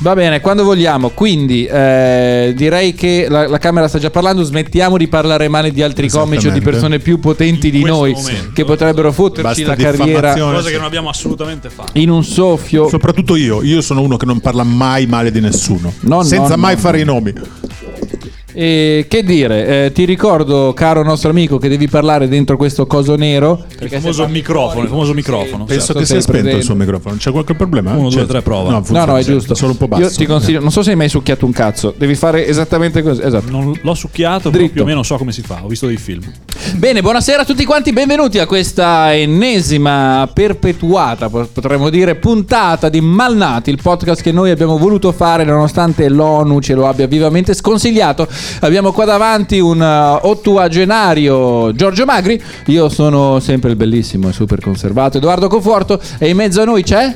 Va bene, quando vogliamo. Quindi direi che la Camera sta già parlando. Smettiamo di parlare male di altri comici o di persone più potenti di noi che potrebbero fotterci la carriera, cosa che non abbiamo assolutamente fatto in un soffio. Soprattutto io sono uno che non parla mai male di nessuno, senza mai fare i nomi. E che dire, ti ricordo, caro nostro amico, che devi parlare dentro questo coso nero. Il famoso microfono. Penso che sia spento il suo microfono. C'è qualche problema? 1, 2, 3, prova. No, è giusto. Solo un po' basso. Io ti consiglio, non so se hai mai succhiato un cazzo. Devi fare esattamente così. Esatto. Non l'ho succhiato, però più o meno so come si fa. Ho visto dei film. Bene, buonasera a tutti quanti, benvenuti a questa ennesima perpetuata, potremmo dire, puntata di Malnati, il podcast che noi abbiamo voluto fare nonostante l'ONU ce lo abbia vivamente sconsigliato. Abbiamo qua davanti un ottuagenario Giorgio Magri, io sono sempre il bellissimo e super conservato Edoardo Conforto, e in mezzo a noi c'è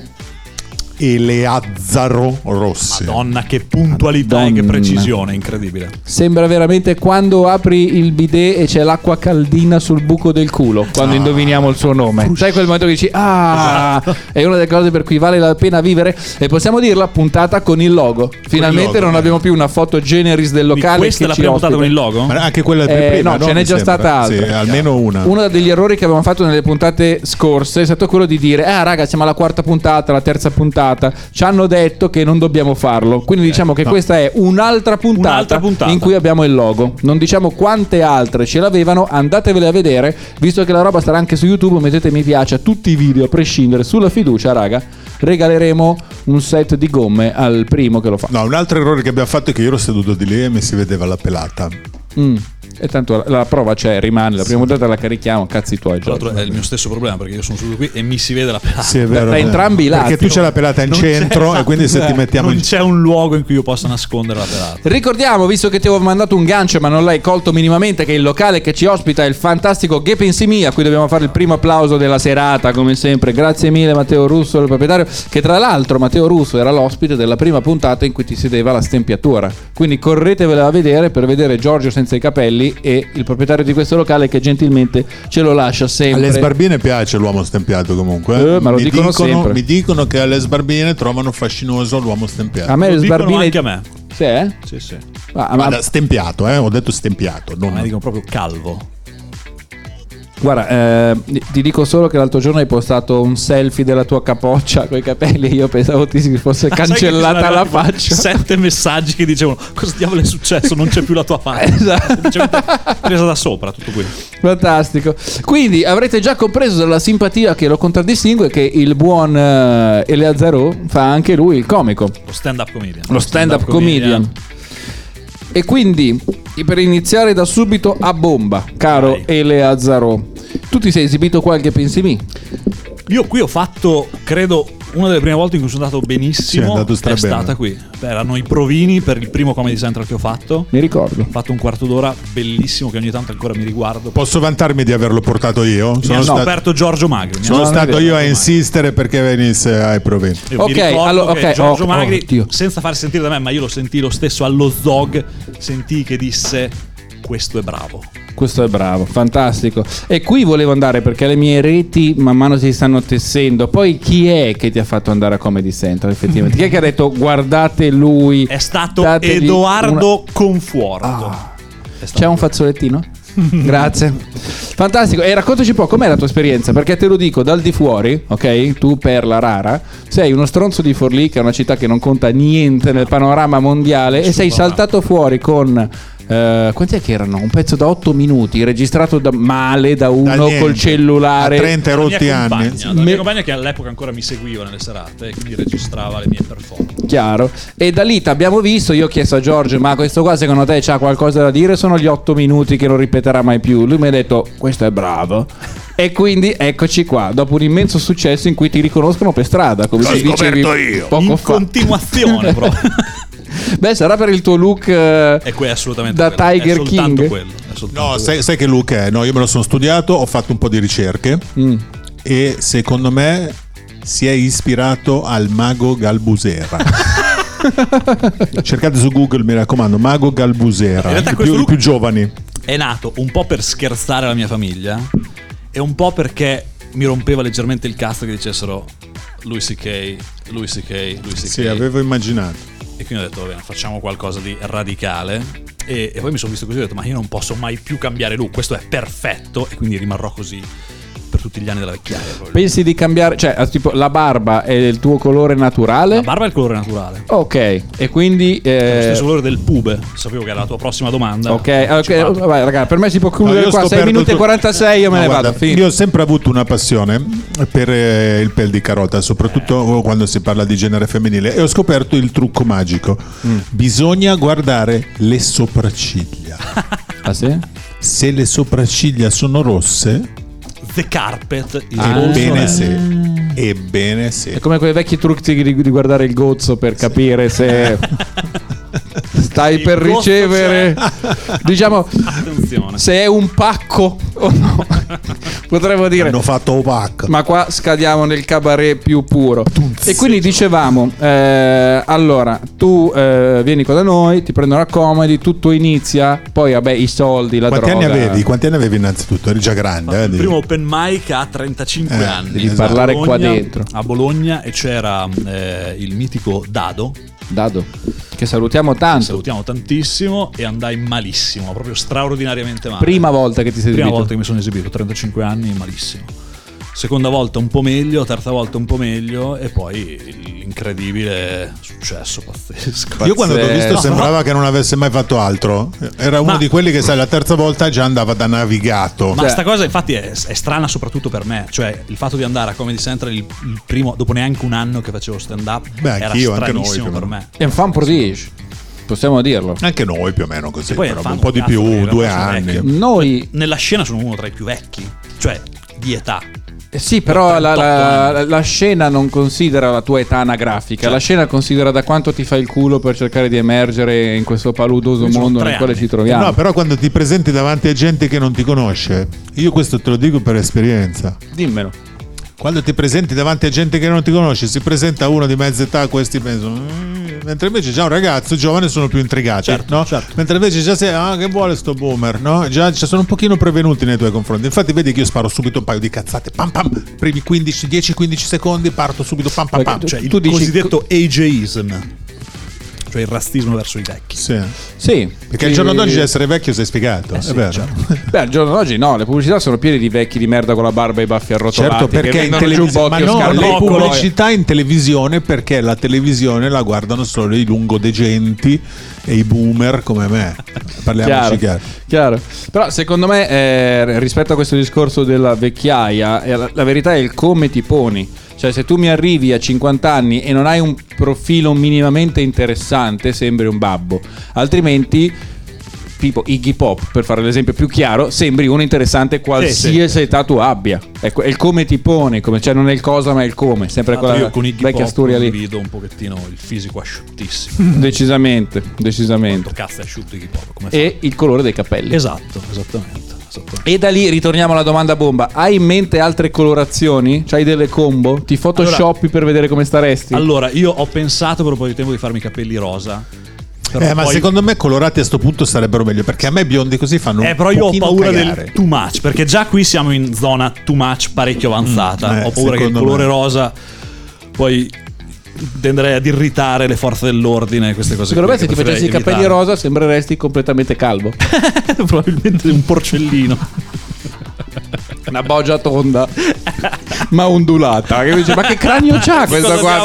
Eleazzaro Rossi. Madonna, che puntualità e che precisione, incredibile. Sembra veramente quando apri il bidet e c'è l'acqua caldina sul buco del culo quando indoviniamo il suo nome. Sai quel momento che dici esatto. È una delle cose per cui vale la pena vivere. E possiamo dirla, puntata con il logo. Finalmente non abbiamo più una foto generis del locale. Questa è la prima puntata con il logo? Ma anche quella prima, no, ce n'è già stata altra. Sì, almeno una. Uno degli errori che abbiamo fatto nelle puntate scorse è stato quello di dire raga, siamo alla quarta puntata, la terza puntata. Ci hanno detto che non dobbiamo farlo, quindi diciamo che questa è un'altra puntata in cui abbiamo il logo. Non diciamo quante altre ce l'avevano, andatevele a vedere, visto che la roba sarà anche su YouTube. Mettete mi piace a tutti i video a prescindere. Sulla fiducia, raga, regaleremo un set di gomme al primo che lo fa. No, un altro errore che abbiamo fatto è che io ero seduto di lì e mi si vedeva la pelata. E tanto la prova c'è, rimane. La prima puntata la carichiamo, cazzi tuoi. Tra l'altro è il mio stesso problema, perché io sono seduto qui e mi si vede la pelata. Sì, è vero. Da entrambi i lati. Perché tu c'hai la pelata in centro e quindi se ti mettiamo non c'è un luogo in cui io possa nascondere la pelata. Ricordiamo, visto che ti ho mandato un gancio ma non l'hai colto minimamente, che il locale che ci ospita è il fantastico Gepin Simi, a cui dobbiamo fare il primo applauso della serata come sempre. Grazie mille Matteo Russo, il proprietario, che tra l'altro Matteo Russo era l'ospite della prima puntata in cui ti sedeva la stempiatura, quindi corretevela a vedere per vedere Giorgio senza i capelli e il proprietario di questo locale che gentilmente ce lo lascia sempre. Alle Sbarbine piace l'uomo stempiato comunque. Ma lo dicono sempre. Mi dicono che alle Sbarbine trovano fascinoso l'uomo stempiato. A me le Sbarbine anche a me. Sì, Sì, sì. Ma stempiato, ho detto stempiato. Non mi dicono proprio calvo. Guarda, ti dico solo che l'altro giorno hai postato un selfie della tua capoccia con i capelli. Io pensavo ti si fosse cancellata la faccia. 7 messaggi che dicevano cosa diavolo è successo, non c'è più la tua faccia. Esatto. Presa da sopra, tutto qui. Fantastico. Quindi avrete già compreso dalla simpatia che lo contraddistingue che il buon Eleazzaro fa anche lui il comico, Lo stand-up comedian. E quindi, per iniziare da subito a bomba, caro Eleazzaro, tu ti sei esibito qualche pensimì? Io qui ho fatto, credo, una delle prime volte in cui sono andato benissimo. Sì, è stata qui. Erano i provini per il primo Comedy Central che ho fatto. Mi ricordo. Ho fatto un quarto d'ora bellissimo che ogni tanto ancora mi riguardo. Posso vantarmi di averlo portato io? Mi ha scoperto Giorgio Magri. Sono stato io a insistere perché venisse ai provini. Giorgio Magri, senza farsi sentire da me, ma io lo sentii lo stesso allo Zog, sentii che disse: questo è bravo. Questo è bravo, fantastico. E qui volevo andare perché le mie reti man mano si stanno tessendo. Poi chi è che ti ha fatto andare a Comedy Central effettivamente? Chi è che ha detto guardate lui? È stato Edoardo Conforto. C'è un fazzolettino? Grazie. Fantastico. E raccontaci un po' com'è la tua esperienza, perché te lo dico dal di fuori, ok? Tu perla rara sei uno stronzo di Forlì, che è una città che non conta niente nel panorama mondiale, e sei saltato fuori con quanti è che erano? Un pezzo da 8 minuti registrato male da uno col cellulare a 30 rotti anni. La mia compagna che all'epoca ancora mi seguiva nelle serate e quindi registrava le mie performance. Chiaro. E da lì ti abbiamo visto. Io ho chiesto a Giorgio: ma questo qua secondo te c'ha qualcosa da dire? Sono gli 8 minuti che non ripeterà mai più. Lui mi ha detto: questo è bravo. E quindi eccoci qua, dopo un immenso successo in cui ti riconoscono per strada, come ti dicevi io. poco in fa. Continuazione proprio. Beh, sarà per il tuo look e qui è assolutamente da quello. Tiger è soltanto King. Quello, è soltanto no, sai che look è? No, io me lo sono studiato, ho fatto un po' di ricerche e secondo me si è ispirato al mago Galbusera. Cercate su Google, mi raccomando, mago Galbusera. In realtà i più giovani. È nato un po' per scherzare la mia famiglia e un po' perché mi rompeva leggermente il cazzo che dicessero Louis C.K. Sì, avevo immaginato. E quindi ho detto, va bene, facciamo qualcosa di radicale. E poi mi sono visto così e ho detto, ma io non posso mai più cambiare look, questo è perfetto, e quindi rimarrò così per tutti gli anni della vecchiaia. Pensi di cambiare, cioè tipo la barba è il tuo colore naturale? La barba è il colore naturale. Ok, e quindi è lo stesso colore del pube. Sapevo che era la tua prossima domanda. Ok, vai raga, per me si può chiudere qua 6 minuti e 46, io me ne vado. Io ho sempre avuto una passione per il pel di carota, soprattutto quando si parla di genere femminile, e ho scoperto il trucco magico. Bisogna guardare le sopracciglia. Ah sì? Se le sopracciglia sono rosse, The carpet is ebbene sì. È come quei vecchi trucchi di guardare il gozzo per capire se stai per ricevere, diciamo, attenzione, se è un pacco o no. Potremmo dire hanno fatto un pacco, ma qua scadiamo nel cabaret più puro. E quindi dicevamo, allora tu vieni qua da noi, ti prendono a Comedy, tutto inizia, poi vabbè i soldi, la quanti droga. Quanti anni avevi innanzitutto? Eri già grande, il primo open mic a 35 anni. Devi parlare qua dentro. A Bologna, e c'era il mitico Dado, che salutiamo tanto. Salutiamo tantissimo, e andai malissimo, proprio straordinariamente male. Prima volta che ti sei Prima esibito? volta che mi sono esibito, 35 anni, malissimo. Seconda volta un po' meglio, terza volta un po' meglio, e poi l'incredibile successo pazzesco. Io quando l'ho visto sembrava che non avesse mai fatto altro. Era uno di quelli che, sai, la terza volta già andava da navigato. Ma sta cosa infatti è strana soprattutto per me. Cioè il fatto di andare a Comedy Central il primo, dopo neanche un anno che facevo stand up, era stranissimo per me. È un fan prodige, possiamo dirlo. Anche noi più o meno così, poi però un po' di più, 2 anni. Noi nella scena sono uno tra i più vecchi, cioè di età. Sì, però la scena non considera la tua età anagrafica, certo. La scena considera da quanto ti fai il culo per cercare di emergere in questo paludoso mondo nel quale ci troviamo. No, però quando ti presenti davanti a gente che non ti conosce, io questo te lo dico per esperienza. Dimmelo. Quando ti presenti davanti a gente che non ti conosce, si presenta uno di mezza età, questi pensano mentre invece già un ragazzo giovane sono più intrigati, certo, no? Certo. Mentre invece già sei, che vuole sto boomer, no? Già sono un pochino prevenuti nei tuoi confronti. Infatti vedi che io sparo subito un paio di cazzate, pam pam, primi 10-15 secondi parto subito, pam pam pam. Cioè il cosiddetto ageism, cioè il razzismo verso i vecchi. Sì, perché il giorno d'oggi essere vecchio sei sfigato, sì, è vero. Certo. Beh, il giorno d'oggi no, le pubblicità sono piene di vecchi di merda con la barba e i baffi arrotolati. Certo, perché in televisione, le pubblicità in televisione, perché la televisione la guardano solo i lungodegenti e i boomer come me. Parliamoci chiaro. Però secondo me rispetto a questo discorso della vecchiaia, la verità è il come ti poni. Cioè se tu mi arrivi a 50 anni e non hai un profilo minimamente interessante, sembri un babbo. Altrimenti, tipo Iggy Pop, per fare l'esempio più chiaro, sembri uno interessante qualsiasi età tu abbia. Ecco, è il come ti poni, cioè non è il cosa ma è il come. Sempre quella io con Iggy vecchia Pop storia lì. Vedo un pochettino il fisico asciuttissimo. Decisamente. Quanto cazzo è asciutto Iggy Pop? Come e il colore dei capelli. Esatto, esattamente. E da lì ritorniamo alla domanda bomba. Hai in mente altre colorazioni? C'hai delle combo? Ti photoshoppi per vedere come staresti? Allora, io ho pensato per un po' di tempo di farmi i capelli rosa. Ma poi... secondo me colorati a sto punto sarebbero meglio, perché a me biondi così fanno un però io ho paura cagare. del too much, perché già qui siamo in zona too much parecchio avanzata. Ho paura che il colore rosa poi tenderei ad irritare le forze dell'ordine, queste cose. Secondo me se ti facessi i capelli rosa sembreresti completamente calvo. Probabilmente un porcellino. Una boggia tonda ma ondulata, che dice, ma che cranio c'ha questa qua?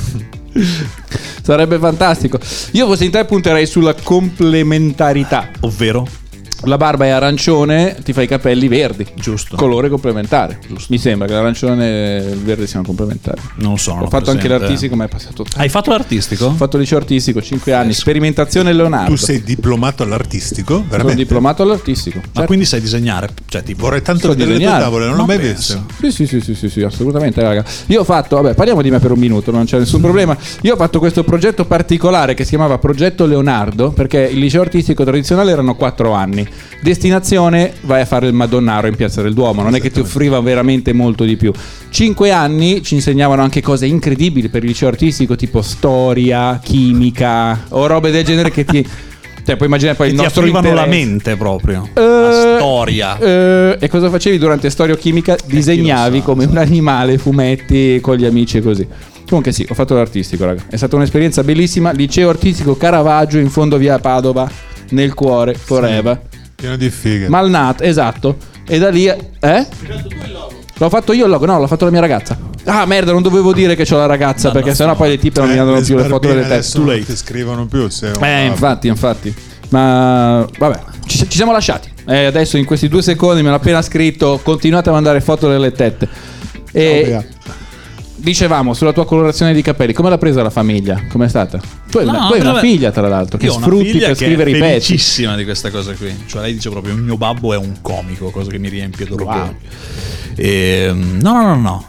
Sarebbe fantastico. Io fossi in te punterei sulla complementarità, ovvero la barba è arancione, ti fai i capelli verdi. Giusto. Colore complementare. Giusto. Mi sembra che l'arancione e il verde siano complementari. Non lo so. Ho fatto anche l'artistico, ma è passato. Hai fatto l'artistico? Ho fatto liceo artistico, 5 anni. Sperimentazione Leonardo. Tu sei diplomato all'artistico? Veramente? Sono diplomato all'artistico. Ma quindi sai disegnare? Cioè, tipo, vorrei tanto vedere le tue tavole, non l'ho mai visto. Sì, assolutamente, raga. Io ho fatto, parliamo di me per un minuto, non c'è nessun problema. Io ho fatto questo progetto particolare che si chiamava Progetto Leonardo, perché il liceo artistico tradizionale erano 4 anni. Destinazione, vai a fare il Madonnaro in Piazza del Duomo, non è che ti offriva veramente molto di più. 5 anni ci insegnavano anche cose incredibili per il liceo artistico, tipo storia, chimica o robe del genere che ti... Cioè, puoi immaginare poi il nostro interesse. La mente proprio. La storia. E cosa facevi durante storia o chimica? Disegnavi come un animale, fumetti con gli amici e così. Comunque sì, ho fatto l'artistico, raga. È stata un'esperienza bellissima. Liceo artistico Caravaggio in fondo via Padova, nel cuore, forever. Sì, pieno di fighe. Malnato, esatto. E da lì l'ho fatto io il logo, no, l'ho fatto la mia ragazza. Ah merda, non dovevo dire che c'ho la ragazza, perché sennò poi le tipe non mi danno più le foto delle teste. Non ti scrivono più se infatti. Ma vabbè, ci siamo lasciati. Adesso in questi 2 secondi mi hanno appena scritto: continuate a mandare foto delle tette. E dicevamo sulla tua colorazione di capelli, come l'ha presa la famiglia? Com'è stata? Tu hai una figlia, tra l'altro, che sfrutti per scrivere i pezzi. È felicissima di questa cosa qui. Cioè lei dice proprio: il mio babbo è un comico, cosa che mi riempie d'orgoglio. No.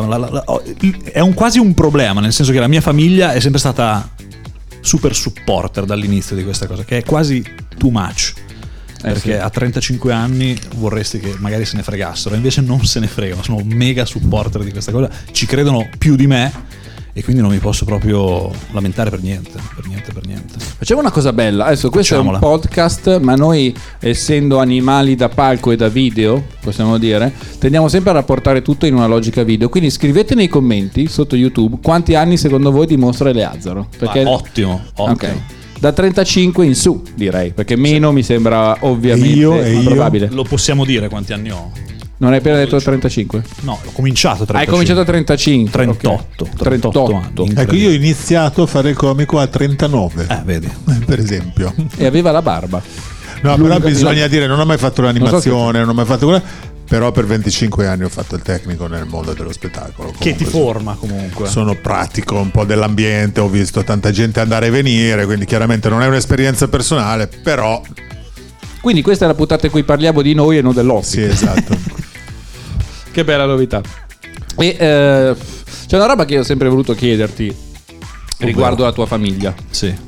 È quasi un problema, nel senso che la mia famiglia è sempre stata super supporter dall'inizio di questa cosa, che è quasi too much. Perché a 35 anni vorresti che magari se ne fregassero, invece non se ne fregano, sono mega supporter di questa cosa, ci credono più di me e quindi non mi posso proprio lamentare per niente. Facciamo una cosa bella, adesso questo è un podcast, ma noi, essendo animali da palco e da video, possiamo dire, tendiamo sempre a rapportare tutto in una logica video, quindi scrivete nei commenti sotto YouTube quanti anni secondo voi dimostra Eleazaro. Perché... Ottimo. Ok. Da 35 in su, direi, perché meno mi sembra ovviamente improbabile. Lo possiamo dire quanti anni ho? Non hai appena detto 35? No, ho cominciato a 35. Hai cominciato a 35? 38 anni. Ecco, io ho iniziato a fare il comico a 39. Vedi. Per esempio. E aveva la barba. No, però bisogna dire, non ho mai fatto l'animazione, non ho mai fatto quella. Però per 25 anni ho fatto il tecnico nel mondo dello spettacolo. Che ti forma comunque. Sono pratico un po' dell'ambiente, ho visto tanta gente andare e venire, quindi chiaramente non è un'esperienza personale, però... Quindi questa è la puntata in cui parliamo di noi e non dell'ospite. Sì, esatto. Che bella novità. E c'è una roba che ho sempre voluto chiederti riguardo la tua famiglia. Sì.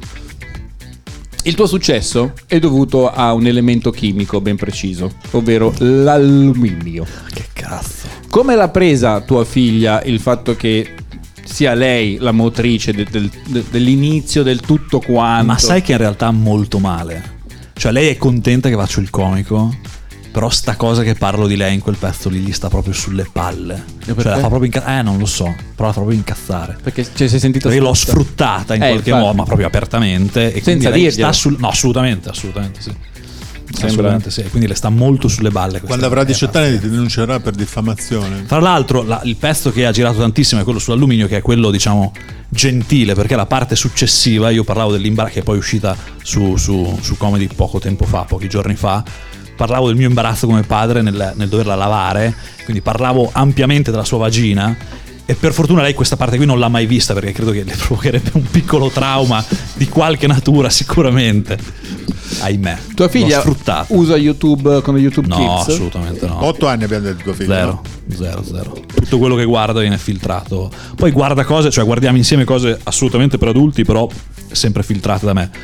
Il tuo successo è dovuto a un elemento chimico ben preciso, ovvero l'alluminio. Che cazzo. Come l'ha presa tua figlia il fatto che sia lei la motrice dell'inizio del tutto quanto? Ma sai che in realtà molto male. Cioè lei è contenta che faccio il comico, però sta cosa che parlo di lei in quel pezzo lì gli sta proprio sulle palle. Cioè la fa proprio non lo so, però la fa proprio incazzare. Perché sei sentito? Perché l'ho sfruttata in qualche modo, ma proprio apertamente. E senza dirglielo. No, assolutamente sì. Assolutamente sì. Quindi le sta molto sulle balle. Quando avrà 18 anni ti denuncerà per diffamazione. Tra l'altro il pezzo che ha girato tantissimo è quello sull'alluminio, che è quello diciamo gentile, perché la parte successiva, io parlavo dell'imbarazzo, che è poi uscita su Comedy pochi giorni fa. Parlavo del mio imbarazzo come padre nel doverla lavare, quindi parlavo ampiamente della sua vagina, e per fortuna lei questa parte qui non l'ha mai vista, perché credo che le provocherebbe un piccolo trauma di qualche natura sicuramente. Ahimè. Tua figlia usa YouTube come YouTube Kids? No, assolutamente no. 8 anni abbiamo detto tua figlia. Zero. Tutto quello che guarda viene filtrato. Poi guarda cose, cioè guardiamo insieme cose assolutamente per adulti, però sempre filtrate da me.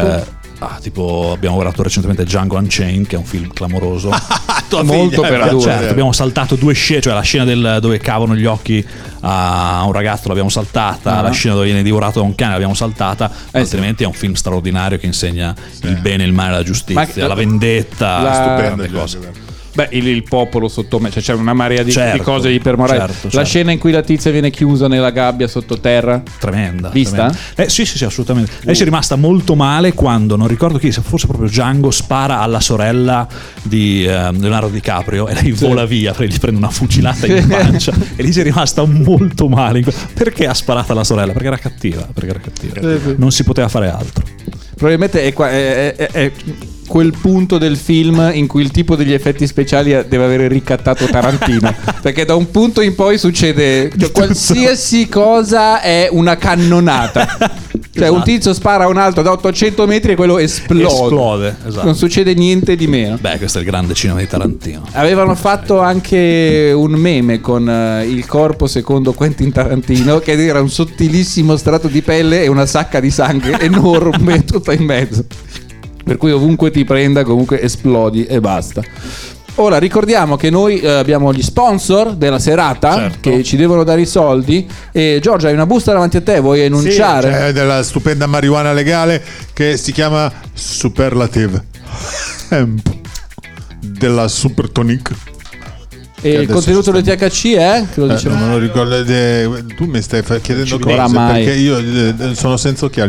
Tipo abbiamo guardato recentemente Django Unchained, che è un film clamoroso. Molto per adulti. Certo, abbiamo saltato 2 scene, cioè la scena dove cavano gli occhi a un ragazzo l'abbiamo saltata, la scena dove viene divorato da un cane l'abbiamo saltata, altrimenti è un film straordinario che insegna il bene, il male, la giustizia, la vendetta, stupende cose. Beh, il popolo sotto me, cioè c'è una marea di cose ipermorali. Certo. La scena in cui la tizia viene chiusa nella gabbia sottoterra, tremenda. Vista? Tremenda. Sì, assolutamente. Lei si è rimasta molto male quando, non ricordo chi, forse proprio Django, spara alla sorella di Leonardo DiCaprio e lei vola via, gli prende una fucilata in pancia e lì si è rimasta molto male. Perché ha sparato alla sorella? Perché era cattiva. Non si poteva fare altro. Probabilmente è quel punto del film in cui il tipo degli effetti speciali deve avere ricattato Tarantino, perché da un punto in poi succede qualsiasi cosa è una cannonata. Cioè un tizio spara a un altro da 800 metri e quello esplode. Esatto. Non succede niente di meno. Beh, questo è il grande cinema di Tarantino. Avevano fatto anche un meme con il corpo secondo Quentin Tarantino, che era un sottilissimo strato di pelle e una sacca di sangue enorme tutta in mezzo, per cui ovunque ti prenda comunque esplodi e basta. Ora ricordiamo che noi abbiamo gli sponsor della serata, che ci devono dare i soldi. E Giorgia, hai una busta davanti a te, vuoi enunciare? Sì, della stupenda marijuana legale che si chiama Superlative Hemp della Supertonic. E il contenuto del THC è? Che lo non me lo ricordo. Tu mi stai chiedendo cose perché io sono senza occhiali.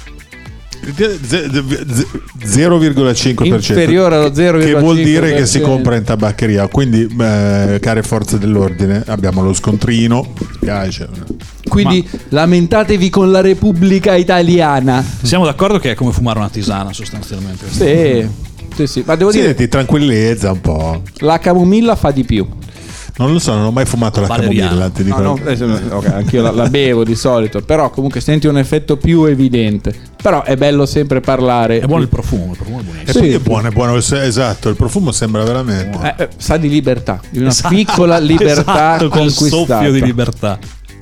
0,5% inferiore allo 0,5%, che vuol dire che si compra in tabaccheria. Quindi care forze dell'ordine, abbiamo lo scontrino, piace. Quindi lamentatevi con la Repubblica Italiana. Siamo d'accordo che è come fumare una tisana sostanzialmente. Sì. Ma devo dire, ti tranquillizza un po'. la camomilla fa di più. Non lo so, non ho mai fumato la camomilla, ti dico. Okay, anch'io la bevo di solito, però comunque senti un effetto più evidente. Però è bello sempre parlare. È buono il profumo è buonissimo. E poi è buono, esatto, il profumo sembra veramente. Sa di libertà, di una piccola libertà conquistata. Soffio di libertà.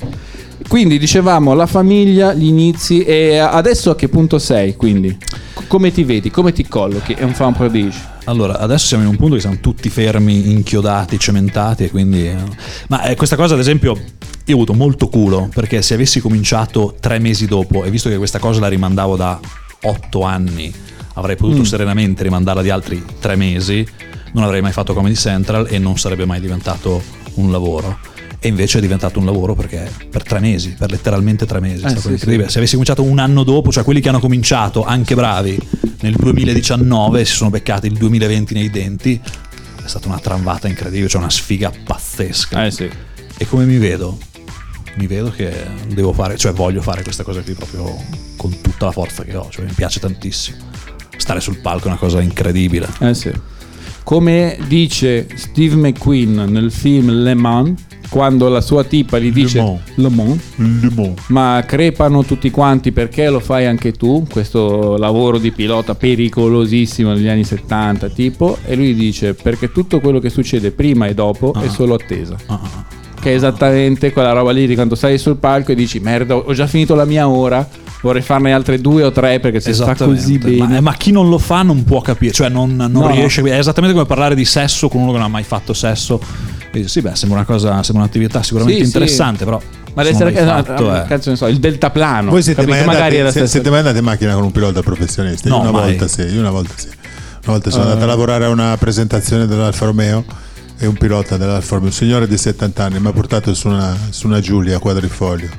Quindi dicevamo la famiglia, gli inizi, e adesso a che punto sei? Quindi come ti vedi, come ti collochi? È un fan prodigio. Allora, adesso siamo in un punto che siamo tutti fermi, inchiodati, cementati, e quindi ma questa cosa, ad esempio, io ho avuto molto culo, perché se avessi cominciato 3 mesi dopo, e visto che questa cosa la rimandavo da 8 anni, avrei potuto serenamente rimandarla di altri 3 mesi, non avrei mai fatto Comedy Central e non sarebbe mai diventato un lavoro. E invece è diventato un lavoro perché per 3 mesi, per letteralmente 3 mesi, è stato incredibile. Sì. Se avessi cominciato un anno dopo, cioè quelli che hanno cominciato anche bravi nel 2019 si sono beccati il 2020 nei denti, è stata una tramvata incredibile, cioè una sfiga pazzesca. Sì. E come mi vedo? Mi vedo che devo fare, cioè voglio fare questa cosa qui proprio con tutta la forza che ho, cioè mi piace tantissimo. Stare sul palco è una cosa incredibile. Sì. Come dice Steve McQueen nel film Le Mans, quando la sua tipa gli dice Le Mans, ma crepano tutti quanti perché lo fai anche tu, questo lavoro di pilota pericolosissimo negli anni 70 tipo, e lui dice perché tutto quello che succede prima e dopo è solo attesa. Che è esattamente quella roba lì di quando sei sul palco e dici merda, ho già finito la mia ora, vorrei farne altre 2 o 3 perché si sta così bene. Ma chi non lo fa non può capire, cioè non riesce. È esattamente come parlare di sesso con uno che non ha mai fatto sesso. E sì, beh, sembra un'attività sicuramente interessante, però. Ma deve essere cazzo ne so, il deltaplano. Voi siete mai andati in macchina con un pilota professionista? Io una volta sì. Una volta sono andato a lavorare a una presentazione dell'Alfa Romeo e un pilota dell'Alfa Romeo, un signore di 70 anni, mi ha portato su una Giulia quadrifoglio.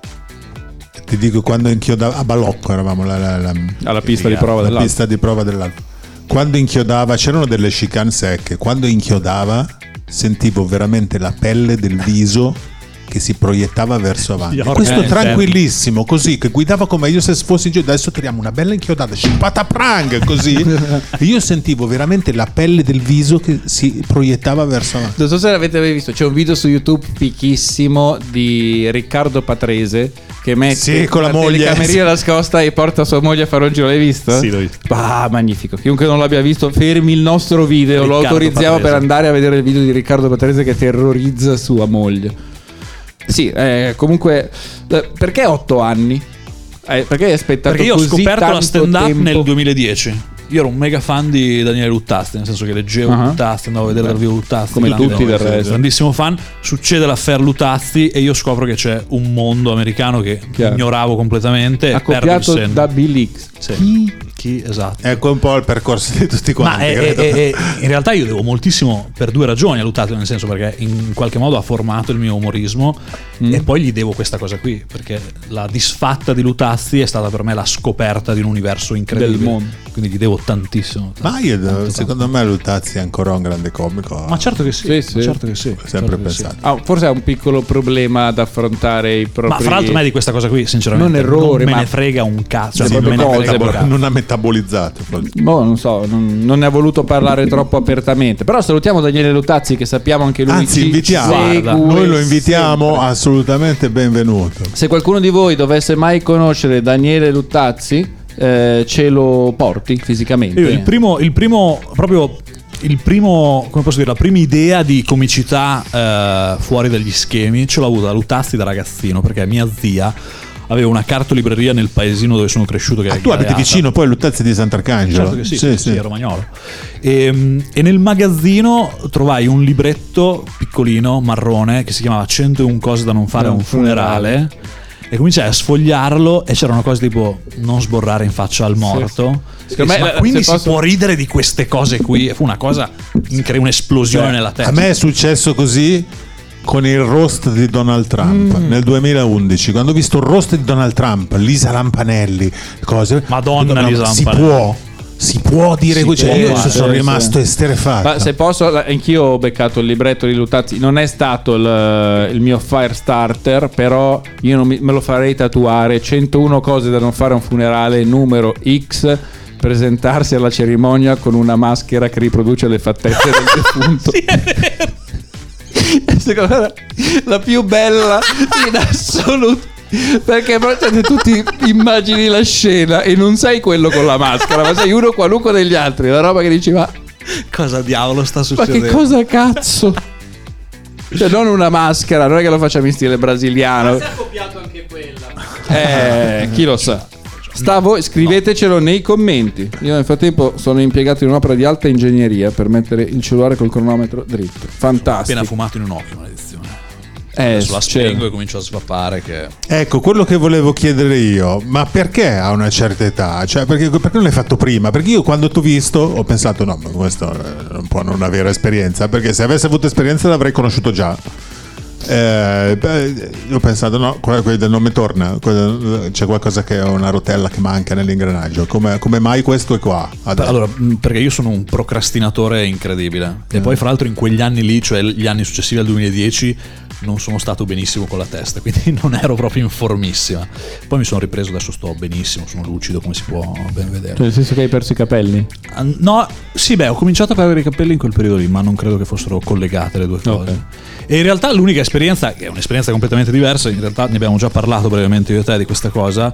Ti dico, quando inchiodava a Balocco, eravamo alla pista di prova dell'Alfa. Pista di prova dell'Alfa. Quando inchiodava, c'erano delle chicane secche, quando inchiodava sentivo veramente la pelle del viso che si proiettava verso avanti. Questo tranquillissimo, così, che guidava come io se fossi giù. Adesso tiriamo una bella inchiodata, pataprang, così. Io sentivo veramente la pelle del viso che si proiettava verso avanti. Non so se l'avete mai visto, c'è un video su YouTube fichissimo di Riccardo Patrese che mette con la moglie telecamera nascosta e porta sua moglie a fare un giro. L'hai visto? Sì, l'ho visto. Magnifico. Chiunque non l'abbia visto, fermi il nostro video, Riccardo, lo autorizziamo Patrese, per andare a vedere il video di Riccardo Patrese che terrorizza sua moglie. Sì, comunque perché 8 anni? Perché hai aspettato perché io ho così scoperto la stand-up tempo? nel 2010. Io ero un mega fan di Daniele Luttazzi, nel senso che leggevo Luttazzi, andavo a vedere dal vivo Luttazzi, come tutti del resto. Grandissimo fan. Succede l'affair Luttazzi e io scopro che c'è un mondo americano che ignoravo completamente. Accoppiato da Bill X. Sì. Chi? Esatto. Ecco un po' il percorso di tutti quanti. Ma in realtà io devo moltissimo per 2 ragioni a Luttazzi, nel senso perché in qualche modo ha formato il mio umorismo e poi gli devo questa cosa qui, perché la disfatta di Luttazzi è stata per me la scoperta di un universo incredibile del mondo. Quindi gli devo tantissimo. Ma secondo me Luttazzi è ancora un grande comico. Ma certo che sì. Certo che sì. Sempre pensato. Forse ha un piccolo problema ad affrontare i propri. Ma fra l'altro me di questa cosa qui sinceramente non me ne frega un cazzo, non ha metabolizzato. Non so, non ne ha voluto parlare troppo apertamente. Però salutiamo Daniele Luttazzi, che sappiamo anche lui. Anzi, noi lo invitiamo sempre. Assolutamente benvenuto. Se qualcuno di voi dovesse mai conoscere Daniele Luttazzi, ce lo porti fisicamente. Il primo come posso dire, la prima idea di comicità fuori dagli schemi ce l'ho avuta da Luttazzi da ragazzino, perché mia zia aveva una cartolibreria nel paesino dove sono cresciuto, che tu abiti vicino poi a Luttazzi di Sant'Arcangelo? Certo che sì, a Romagnolo. E nel magazzino trovai un libretto piccolino marrone che si chiamava 101 cose da non fare a un funerale. e cominciai a sfogliarlo e c'era una cosa tipo non sborrare in faccia al morto. Ma quindi si può ridere di queste cose qui? Fu una cosa incredibile, un'esplosione nella testa. A me è successo così con il roast di Donald Trump nel 2011, quando ho visto il roast di Donald Trump, Lisa Lampanelli, cose. Madonna, Lisa Lampanelli. Si può dire così. Io sono rimasto esterrefatto. Ma se posso, anch'io ho beccato il libretto di Luttazzi. Non è stato il mio fire starter, però io me lo farei tatuare. 101 cose da non fare a un funerale, numero X. Presentarsi alla cerimonia con una maschera che riproduce le fattezze del defunto. Sì, è vero. Secondo me la più bella in assoluto. Perché tu ti immagini la scena e non sei quello con la maschera, ma sei uno qualunque degli altri. La roba che dici, ma cosa diavolo sta succedendo? Ma che cosa cazzo? Cioè, non una maschera, non è che lo facciamo in stile brasiliano. Ma si è copiato anche quella. Chi lo sa. Scrivetecelo nei commenti. Io nel frattempo sono impiegato in un'opera di alta ingegneria per mettere il cellulare col cronometro dritto. Fantastico. Appena fumato in un occhio, maledizione. Sulla spengo e comincio a svappare che... Ecco, quello che volevo chiedere io, ma perché a una certa età? Cioè, perché non l'hai fatto prima? Perché io quando t'ho visto ho pensato, no, ma questo non può non avere esperienza, perché se avesse avuto esperienza l'avrei conosciuto già. Ho pensato, no, del nome torna, c'è qualcosa che è una rotella che manca nell'ingranaggio. Come mai questo è qua? Allora, perché io sono un procrastinatore incredibile. E poi, fra l'altro, in quegli anni lì, cioè gli anni successivi al 2010, non sono stato benissimo con la testa, quindi non ero proprio in formissima. Poi mi sono ripreso, adesso sto benissimo, sono lucido, come si può ben vedere. Cioè, nel senso che hai perso i capelli? No, sì, ho cominciato a perdere i capelli in quel periodo lì, ma non credo che fossero collegate le due cose. Okay. E in realtà l'unica esperienza, che è un'esperienza completamente diversa, in realtà ne abbiamo già parlato brevemente io e te di questa cosa.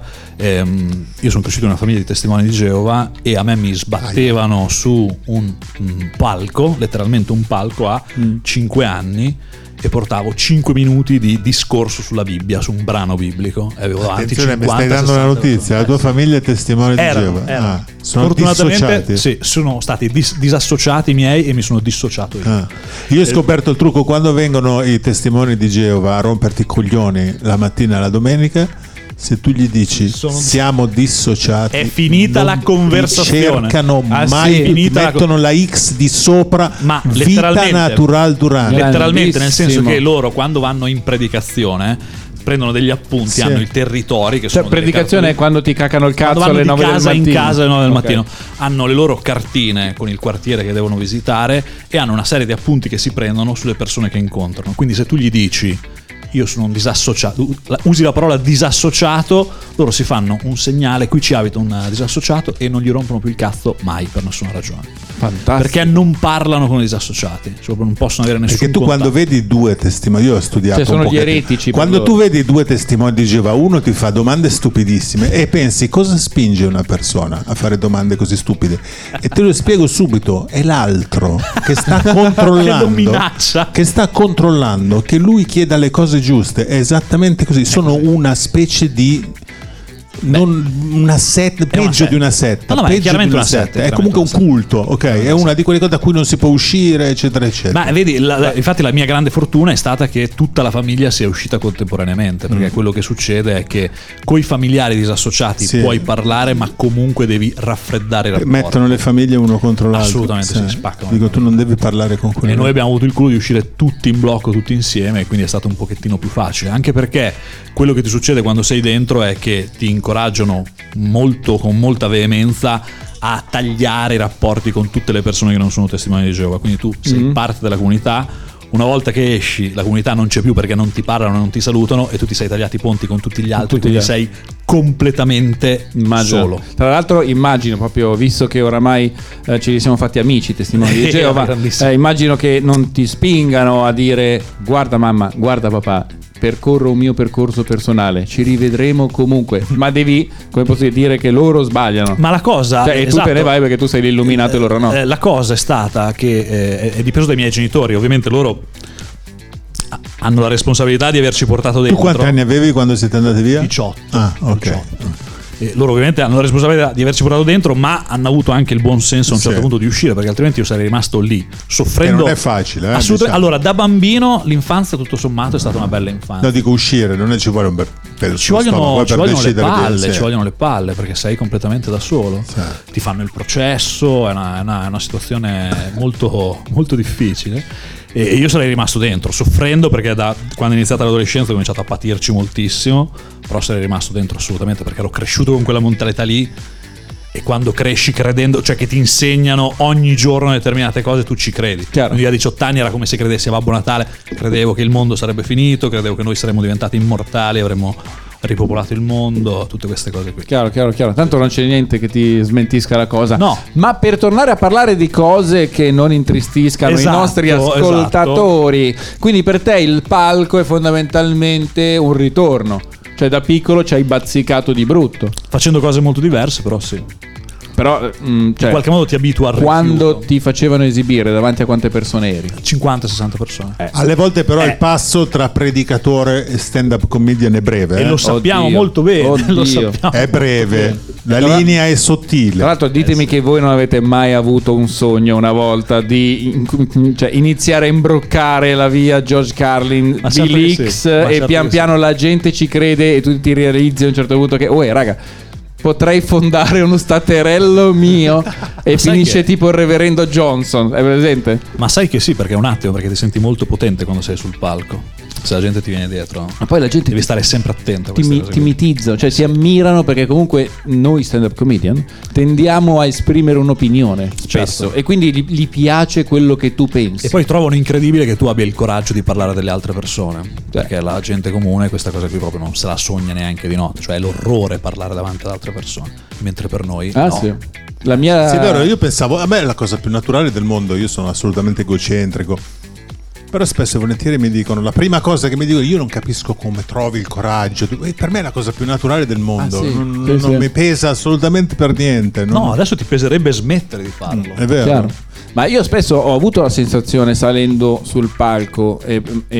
Io sono cresciuto in una famiglia di testimoni di Geova e a me mi sbattevano su un palco, letteralmente un palco a 5 anni, e portavo 5 minuti di discorso sulla Bibbia, su un brano biblico, e avevo davanti 50, mi stai dando una notizia, la tua famiglia è testimone di Geova. Sono fortunatamente sì, sono stati disassociati i miei e mi sono dissociato io. Io ho scoperto il trucco: quando vengono i testimoni di Geova a romperti i coglioni la mattina e la domenica, se tu gli dici siamo dissociati, è finita la conversazione, cercano mai, mettono la X di sopra, ma vita natural durante, letteralmente, nel senso che loro quando vanno in predicazione prendono degli appunti, hanno i territori che sono predicazione è quando ti cacano il cazzo alle 9 del mattino, in casa alle 9 del mattino, hanno le loro cartine con il quartiere che devono visitare e hanno una serie di appunti che si prendono sulle persone che incontrano. Quindi se tu gli dici io sono un disassociato, usi la parola disassociato, loro si fanno un segnale, qui ci abita un disassociato, e non gli rompono più il cazzo mai, per nessuna ragione. Fantastico. Perché non parlano con i disassociati, cioè non possono avere nessun contatto. Perché tu quando vedi due testimoni, io ho studiato sono un gli eretici, quando tu vedi due testimoni di Geova, uno ti fa domande stupidissime e pensi cosa spinge una persona a fare domande così stupide, e te lo spiego subito, è l'altro che sta controllando che sta controllando che lui chieda le cose giuste. È esattamente così, sono una specie di una setta, peggio di una setta, no, peggio di una setta, è comunque un culto, ok? È una di quelle cose da cui non si può uscire, eccetera eccetera. Ma vedi, infatti la mia grande fortuna è stata che tutta la famiglia sia uscita contemporaneamente, perché quello che succede è che coi familiari disassociati puoi parlare, ma comunque devi raffreddare i rapporti. Mettono le famiglie uno contro l'altro, assolutamente, si spaccano. Dico, tu non devi parlare con quelli. E noi abbiamo avuto il culo di uscire tutti in blocco, tutti insieme, e quindi è stato un pochettino più facile, anche perché quello che ti succede quando sei dentro è che ti incoraggiano con molta veemenza a tagliare i rapporti con tutte le persone che non sono testimoni di Geova. Quindi tu sei parte della comunità, una volta che esci la comunità non c'è più perché non ti parlano, non ti salutano, e tu ti sei tagliati i ponti con tutti gli altri, quindi sei completamente solo. Tra l'altro immagino, proprio visto che oramai ci siamo fatti amici testimoni di Geova, immagino che non ti spingano a dire guarda mamma, guarda papà, percorro un mio percorso personale, ci rivedremo comunque, ma devi, come posso dire, che loro sbagliano. Ma la cosa, e tu te ne vai perché tu sei l'illuminato e loro no. La cosa è stata che è dipeso dai miei genitori, ovviamente loro hanno la responsabilità di averci portato dentro. Tu quanti anni avevi quando siete andati via? 18. Ah, ok. 18. E loro ovviamente hanno la responsabilità di averci portato dentro, ma hanno avuto anche il buon senso a un certo punto di uscire, perché altrimenti io sarei rimasto lì soffrendo. E non è facile, assolutamente. Diciamo. Allora, da bambino l'infanzia tutto sommato è stata una bella infanzia. No, dico uscire, non ci vuole un bel ci vogliono le palle, perché sei completamente da solo. Sì. Ti fanno il processo, è una situazione molto, molto difficile. E io sarei rimasto dentro, soffrendo, perché da quando è iniziata l'adolescenza ho cominciato a patirci moltissimo, però sarei rimasto dentro assolutamente, perché ero cresciuto con quella mentalità lì. E quando cresci credendo, cioè che ti insegnano ogni giorno determinate cose, tu ci credi. Quindi a 18 anni era come se credessi a Babbo Natale, credevo che il mondo sarebbe finito, credevo che noi saremmo diventati immortali, avremmo ripopolato il mondo, tutte queste cose qui. Chiaro. Tanto non c'è niente che ti smentisca la cosa. No. Ma per tornare a parlare di cose che non intristiscano i nostri ascoltatori, quindi per te il palco è fondamentalmente un ritorno. Cioè da piccolo ci hai bazzicato di brutto. Facendo cose molto diverse, però sì. Però in qualche modo ti abitua al quando rifiuto. Ti facevano esibire, davanti a quante persone eri? 50-60 persone. Alle volte però il passo tra predicatore e stand-up comedian è breve. E lo sappiamo molto bene. Lo sappiamo è breve. La linea è sottile. Tra l'altro ditemi che voi non avete mai avuto un sogno una volta di iniziare a imbroccare la via George Carlin di leaks e pian piano la gente ci crede e tu ti realizzi a un certo punto che raga, potrei fondare uno staterello mio e finisce tipo il reverendo Johnson, è presente? Ma sai che sì, perché è un attimo, perché ti senti molto potente quando sei sul palco. Se la gente ti viene dietro, ma poi la gente devi stare sempre attento a ti mitizzano, cioè ti ammirano, perché comunque noi stand up comedian tendiamo a esprimere un'opinione spesso, e quindi gli piace quello che tu pensi, e poi trovano incredibile che tu abbia il coraggio di parlare delle altre persone, perché la gente comune questa cosa qui proprio non se la sogna neanche di notte, cioè è l'orrore parlare davanti ad altre persone, mentre per noi no. Sì. La mia... Sì, è vero, io pensavo, a me è la cosa più naturale del mondo, io sono assolutamente egocentrico, però spesso e volentieri mi dicono, la prima cosa che mi dicono, io non capisco come trovi il coraggio, per me è la cosa più naturale del mondo, non mi pesa assolutamente per niente. No, adesso ti peserebbe smettere di farlo. È vero. Chiaro. Ma io spesso ho avuto la sensazione, salendo sul palco e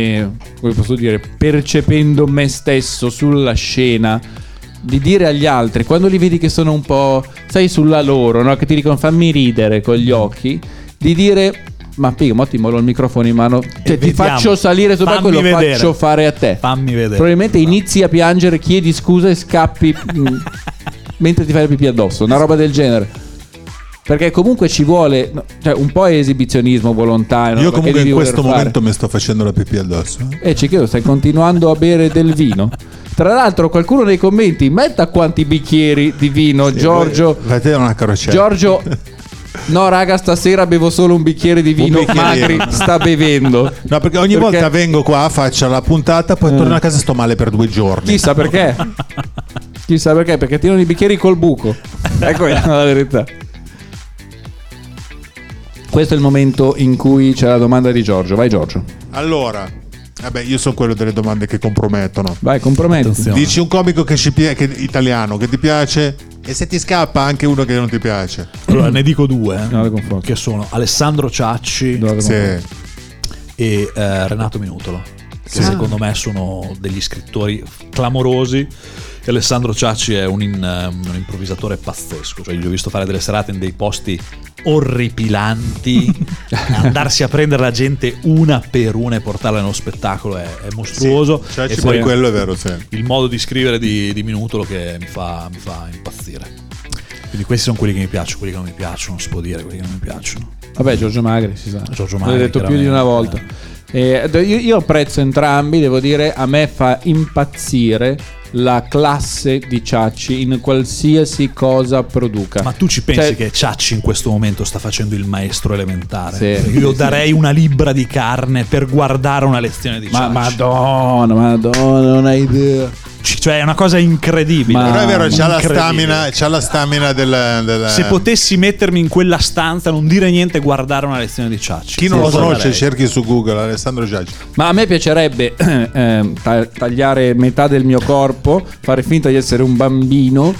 come posso dire, percependo me stesso sulla scena, di dire agli altri, quando li vedi che sono un po', sai, sulla loro, no? Che ti dicono fammi ridere con gli occhi, di dire ma figo, mo ti mollo il microfono in mano, cioè ti faccio salire sopra quello, faccio fare a te. Fammi vedere. Probabilmente inizi a piangere, chiedi scusa e scappi mentre ti fai la pipì addosso, una roba del genere. Perché comunque ci vuole, cioè un po' è esibizionismo volontario. Io comunque in questo momento mi sto facendo la pipì addosso. Ci chiedo, stai continuando a bere del vino? Tra l'altro qualcuno nei commenti metta quanti bicchieri di vino, sì, Giorgio. Una crociera. Giorgio, no raga, stasera bevo solo un bicchiere di vino. Magri sta bevendo. No, perché ogni volta vengo qua, faccio la puntata, poi torno a casa e sto male per 2 giorni. Chissà perché. Chissà perché, perché tirano i bicchieri col buco. Ecco la verità. Questo è il momento in cui c'è la domanda di Giorgio. Vai Giorgio. Allora, io sono quello delle domande che compromettono. Vai, comprometti. Dici un comico italiano che ti piace, e se ti scappa anche uno che non ti piace. Allora ne dico 2 che sono Alessandro Ciacci e Renato Minutolo, che secondo me sono degli scrittori clamorosi. E Alessandro Ciacci è un improvvisatore pazzesco, cioè gli ho visto fare delle serate in dei posti orripilanti, andarsi a prendere la gente una per una e portarla nello spettacolo è mostruoso. Sì, e poi quello è vero, sì. Il modo di scrivere di Minutolo che mi fa impazzire. Quindi questi sono quelli che mi piacciono, quelli che non mi piacciono non si può dire, quelli che non mi piacciono. Vabbè, Giorgio Magri, si sa. Giorgio Magri, l'ho detto più di una volta. Io apprezzo entrambi, devo dire, a me fa impazzire la classe di Ciacci in qualsiasi cosa produca. Ma tu ci pensi che Ciacci in questo momento sta facendo il maestro elementare? Sì. Io darei una libbra di carne per guardare una lezione di Ciacci. Madonna, non hai idea. Cioè è una cosa incredibile. Però è vero, c'ha la stamina del... Se potessi mettermi in quella stanza, non dire niente, guardare una lezione di Ciacci. Chi non lo conosce, cerchi su Google Alessandro Ciacci. Ma a me piacerebbe tagliare metà del mio corpo, fare finta di essere un bambino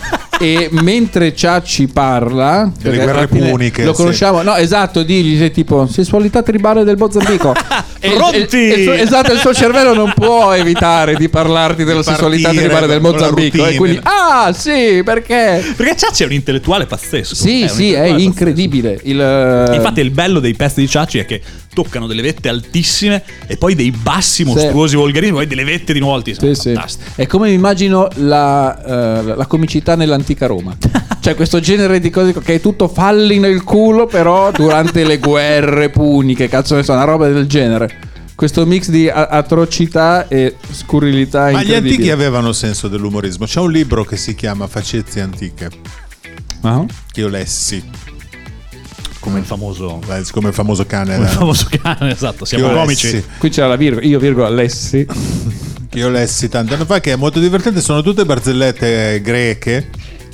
E mentre Ciacci parla delle guerre puniche, lo conosciamo, no, esatto, digli se tipo sessualità tribale del Mozambico. Pronti? Esatto, il suo cervello non può evitare di parlarti della sessualità tribale del Mozambico. E quindi, sì, perché Ciacci è un intellettuale pazzesco. Sì, è incredibile. Infatti il bello dei pezzi di Ciacci è che toccano delle vette altissime e poi dei bassi mostruosi volgarismi, poi delle vette di nuovo altissime. Sì. È come mi immagino la comicità nell'antica Roma. Cioè questo genere di cose che è tutto falli nel culo, però durante le guerre puniche, cazzo ne so, una roba del genere. Questo mix di atrocità e scurrilità incredibile. Ma gli antichi avevano senso dell'umorismo. C'è un libro che si chiama Facezie antiche, che io lessi. Come il famoso cane. Come il famoso cane, esatto. Siamo comici. Lessi. Qui c'era la virgola, io virgola lessi. Che io lessi tanti anni fa, che è molto divertente. Sono tutte barzellette greche.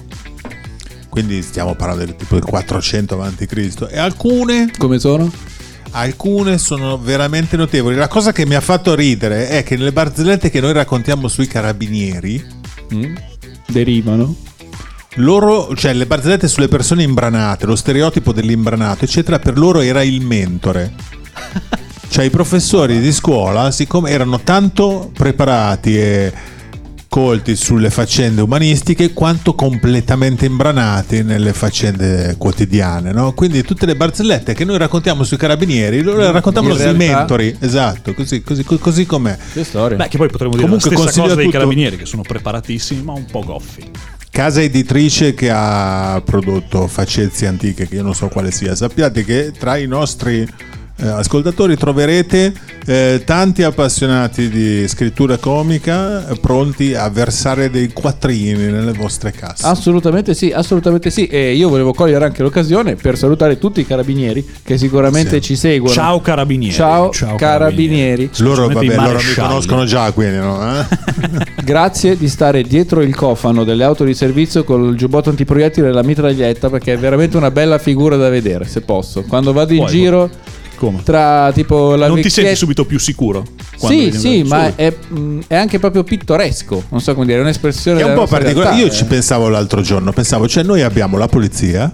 Quindi stiamo parlando del tipo del 400 avanti Cristo. E alcune... Come sono? Alcune sono veramente notevoli. La cosa che mi ha fatto ridere è che nelle barzellette che noi raccontiamo sui carabinieri derivano loro, cioè le barzellette sulle persone imbranate, lo stereotipo dell'imbranato eccetera, per loro era il mentore. Cioè i professori di scuola, siccome erano tanto preparati e colti sulle faccende umanistiche quanto completamente imbranati nelle faccende quotidiane, no? Quindi tutte le barzellette che noi raccontiamo sui carabinieri loro le raccontiamo sui mentori, esatto, così com'è. Che storia. Beh, che poi potremmo dire comunque la stessa cosa dei tutto... carabinieri, che sono preparatissimi ma un po' goffi. Casa editrice che ha prodotto Facezie antiche, che io non so quale sia. Sappiate che tra i nostri ascoltatori troverete tanti appassionati di scrittura comica pronti a versare dei quattrini nelle vostre casse. Assolutamente sì. E io volevo cogliere anche l'occasione per salutare tutti i carabinieri che sicuramente ci seguono. Ciao carabinieri. Ciao carabinieri. Loro mi conoscono già, quindi no? Grazie di stare dietro il cofano delle auto di servizio col giubbotto antiproiettili e la mitraglietta, perché è veramente una bella figura da vedere, se posso. Quando vado in giro... Come? Tra tipo la non ti senti subito più sicuro? Sì, ma è anche proprio pittoresco. Non so come dire, è un'espressione. È un po' particolare. Io ci pensavo l'altro giorno. Cioè, noi abbiamo la polizia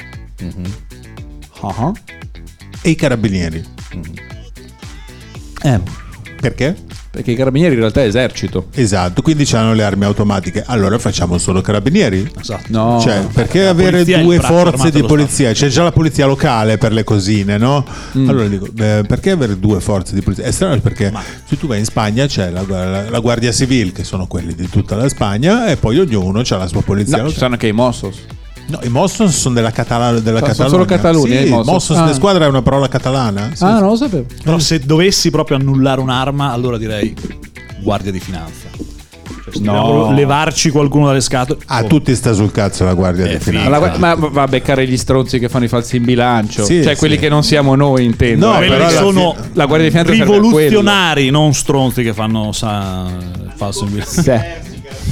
e i carabinieri. Perché? Perché i carabinieri in realtà è esercito. Esatto, quindi hanno le armi automatiche. Allora facciamo solo carabinieri? Esatto. No. Cioè, perché avere due forze di polizia? C'è già la polizia locale per le cosine, no? Allora dico, perché avere due forze di polizia? È strano perché se tu vai in Spagna c'è la Guardia Civile, che sono quelli di tutta la Spagna, e poi ognuno ha la sua polizia locale. Ci sono anche i Mossos. No, i Mossos sono della Catalogna. Sono solo Catalunya. Sì, Mossos di squadra è una parola catalana. Sì. Non lo sapevo. Però se dovessi proprio annullare un'arma, allora direi Guardia di Finanza. Cioè, dobbiamo levarci qualcuno dalle scatole. Tutti sta sul cazzo la Guardia di Finanza. Ma va a beccare gli stronzi che fanno i falsi in bilancio. Sì, cioè quelli che non siamo noi, intendo. No, quelli però che sono la Guardia di Finanza rivoluzionari, non stronzi che fanno falso in bilancio.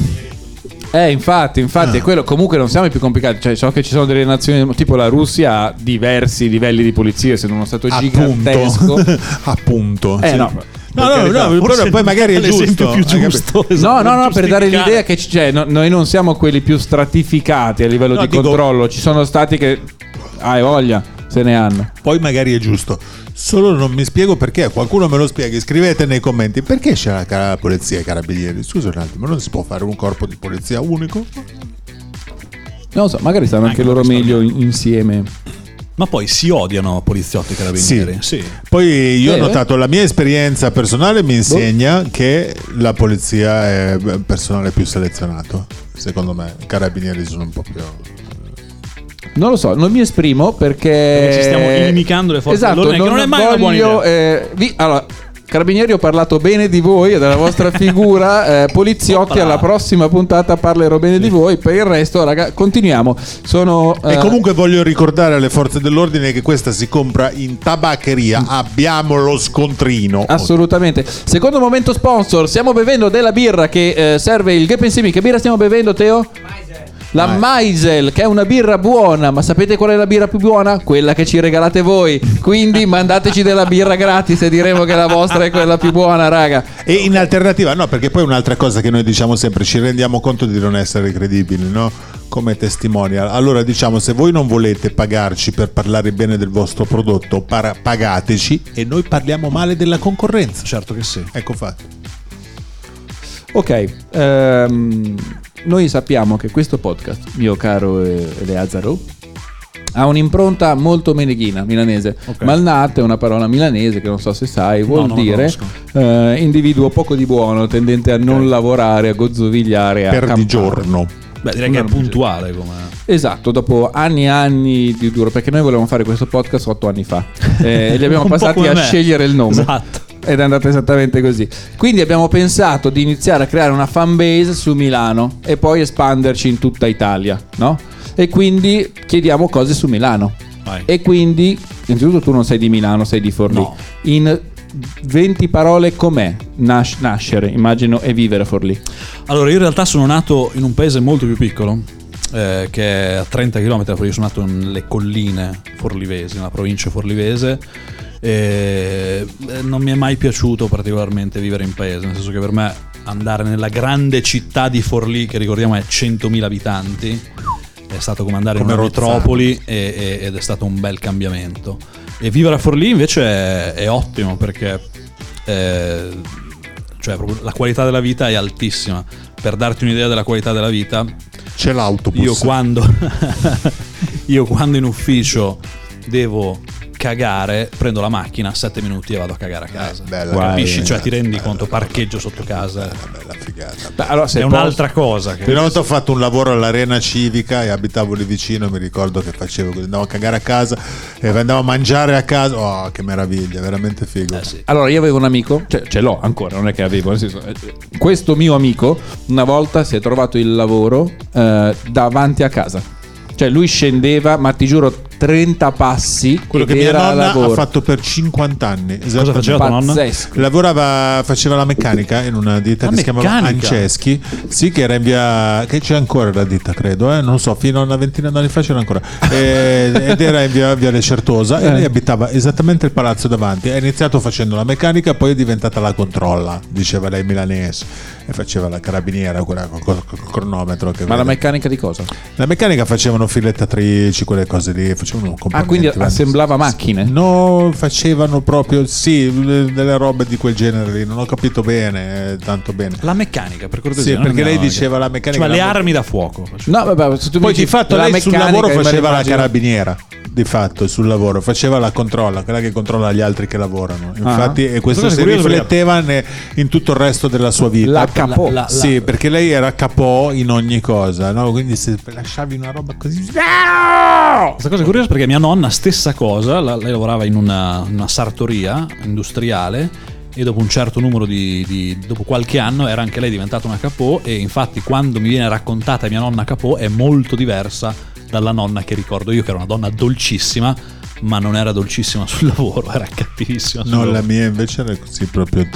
Infatti è quello. Comunque non siamo i più complicati. Cioè, so che ci sono delle nazioni tipo la Russia ha diversi livelli di polizia, essendo uno stato gigantesco. Appunto. Sì. No, però poi magari è l'esempio più giusto. No, per dare l'idea che noi non siamo quelli più stratificati a livello di controllo. Ci sono stati che hai voglia, se ne hanno. Poi magari è giusto. Solo non mi spiego perché. Qualcuno me lo spieghi. Scrivete nei commenti perché c'è la polizia e i carabinieri. Scusa un attimo, non si può fare un corpo di polizia unico? Non lo so, magari stanno anche loro meglio insieme. Ma poi si odiano poliziotti e carabinieri. Sì. Poi io ho notato, la mia esperienza personale mi insegna che la polizia è personale più selezionato. Secondo me i carabinieri sono un po' più... Non lo so, non mi esprimo perché ci stiamo inimicando le forze dell'ordine, che non è mai una buona idea. Allora, carabinieri, ho parlato bene di voi e della vostra figura. Poliziotti, alla prossima puntata parlerò bene di voi. Per il resto, raga, continuiamo. E comunque voglio ricordare alle forze dell'ordine che questa si compra in tabaccheria. Abbiamo lo scontrino. Assolutamente. Secondo momento sponsor, stiamo bevendo della birra che serve il Ghe Pensimi. Che birra stiamo bevendo, Teo? La Maisel, che è una birra buona, ma sapete qual è la birra più buona? Quella che ci regalate voi. Quindi mandateci della birra gratis e diremo che la vostra è quella più buona, raga. E in alternativa, no, perché poi un'altra cosa che noi diciamo sempre, ci rendiamo conto di non essere credibili, no? Come testimonial. Allora diciamo, se voi non volete pagarci per parlare bene del vostro prodotto, pagateci e noi parliamo male della concorrenza. Certo che sì. Ecco fatto. Ok, noi sappiamo che questo podcast, mio caro Eleazaro, ha un'impronta molto meneghina, milanese. Okay. Malnat è una parola milanese che non so se sai, vuol dire individuo poco di buono, tendente a non lavorare, a gozzovigliare, a per campare. di giorno. Beh, direi che è puntuale come... Esatto, dopo anni e anni di duro, perché noi volevamo fare questo podcast 8 anni fa e li abbiamo passati a scegliere il nome. Esatto. Ed è andata esattamente così. Quindi abbiamo pensato di iniziare a creare una fan base su Milano e poi espanderci in tutta Italia, no? E quindi chiediamo cose su Milano. Vai. E quindi, innanzitutto tu non sei di Milano, sei di Forlì. No. In 20 parole com'è nascere, immagino, e vivere a Forlì? Allora, io in realtà sono nato in un paese molto più piccolo, che è a 30 km, io sono nato nelle colline forlivesi, nella provincia forlivese. Non mi è mai piaciuto particolarmente vivere in paese, nel senso che per me andare nella grande città di Forlì, che ricordiamo è 100.000 abitanti, è stato come andare in una metropoli ed è stato un bel cambiamento. E vivere a Forlì invece è ottimo, perché cioè proprio la qualità della vita è altissima. Per darti un'idea della qualità della vita, c'è l'autobus. Io quando in ufficio devo cagare, prendo la macchina, 7 minuti e vado a cagare a casa. Capisci? Cioè ti rendi conto, parcheggio sotto casa. Bella figata. Beh, allora, è un'altra cosa. Una volta ho fatto un lavoro all'Arena Civica e abitavo lì vicino, mi ricordo che facevo così, andavo a cagare a casa e andavo a mangiare a casa. Oh, che meraviglia, veramente figo. Sì. Allora, io avevo un amico, cioè ce l'ho ancora, non è che avevo, nel senso, questo mio amico una volta si è trovato il lavoro davanti a casa. Cioè lui scendeva, ma ti giuro, 30 passi. Quello che mia nonna ha fatto per 50 anni. Cosa faceva tua nonna? Faceva la meccanica in una ditta che si chiamava Anceschi. Sì, che era in via, che c'è ancora la ditta, credo, non so, fino a una ventina d'anni fa c'era ancora. Ed era in via Certosa e lei abitava esattamente il palazzo davanti. Ha iniziato facendo la meccanica, poi è diventata la controlla, diceva lei milanese, e faceva la carabiniera, quella col cronometro. Ma la meccanica di cosa? La meccanica facevano filettatrici, quelle cose lì. Quindi assemblava macchine? No, facevano proprio delle robe di quel genere lì. Non ho capito bene, tanto bene. La meccanica, per cortesia. Sì, perché lei diceva la meccanica. Cioè le armi da fuoco. No, vabbè, se tu poi di fatto lei sul lavoro faceva la carabiniera. Di fatto sul lavoro faceva la controlla, quella che controlla gli altri che lavorano. Infatti, e questo si rifletteva in tutto il resto della sua vita. La capò. Sì, perché lei era capò in ogni cosa, no? Quindi se lasciavi una roba così. Questa cosa è curiosa perché mia nonna, stessa cosa, lei lavorava in una sartoria industriale e dopo un certo numero dopo qualche anno era anche lei diventata una capò, e infatti quando mi viene raccontata mia nonna capò è molto diversa dalla nonna che ricordo io, che era una donna dolcissima, ma non era dolcissima sul lavoro, era cattivissima sul lavoro. La mia invece era così proprio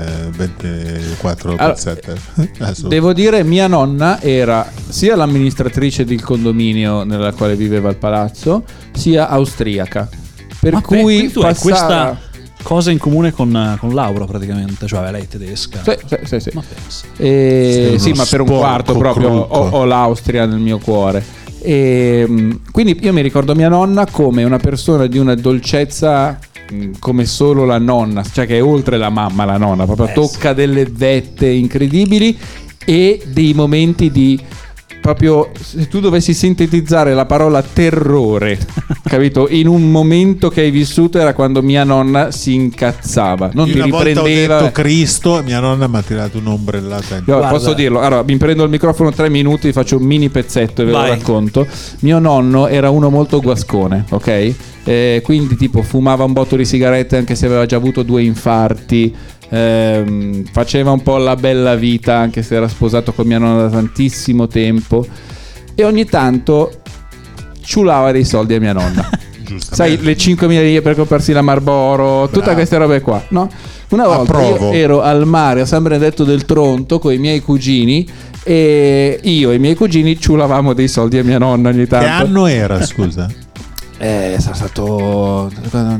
24/7. Devo dire, mia nonna era sia l'amministratrice del condominio nella quale viveva il palazzo, sia austriaca, per cui tu hai questa cosa in comune con Laura praticamente, cioè lei è tedesca. Sì. Ma pensa. Sì, ma per un quarto proprio ho l'Austria nel mio cuore. E quindi io mi ricordo mia nonna come una persona di una dolcezza come solo la nonna, cioè che è oltre la mamma, la nonna proprio tocca delle vette incredibili e dei momenti di proprio, se tu dovessi sintetizzare la parola terrore, capito, in un momento che hai vissuto, era quando mia nonna si incazzava, non ti riprendeva. Ho detto Cristo, mia nonna mi ha tirato un'ombrellata. Posso dirlo? Allora, mi prendo il microfono 3 minuti, faccio un mini pezzetto e ve lo racconto. Mio nonno era uno molto guascone, ok? Quindi tipo fumava un botto di sigarette anche se aveva già avuto 2 infarti. Faceva un po' la bella vita anche se era sposato con mia nonna da tantissimo tempo, e ogni tanto ciulava dei soldi a mia nonna. Sai, le 5.000 lire per comprarsi la Marlboro, tutte queste robe qua, no? Una volta io ero al mare a San Benedetto del Tronto con i miei cugini e io e i miei cugini ciulavamo dei soldi a mia nonna ogni tanto. Che anno era, scusa? Sarà stato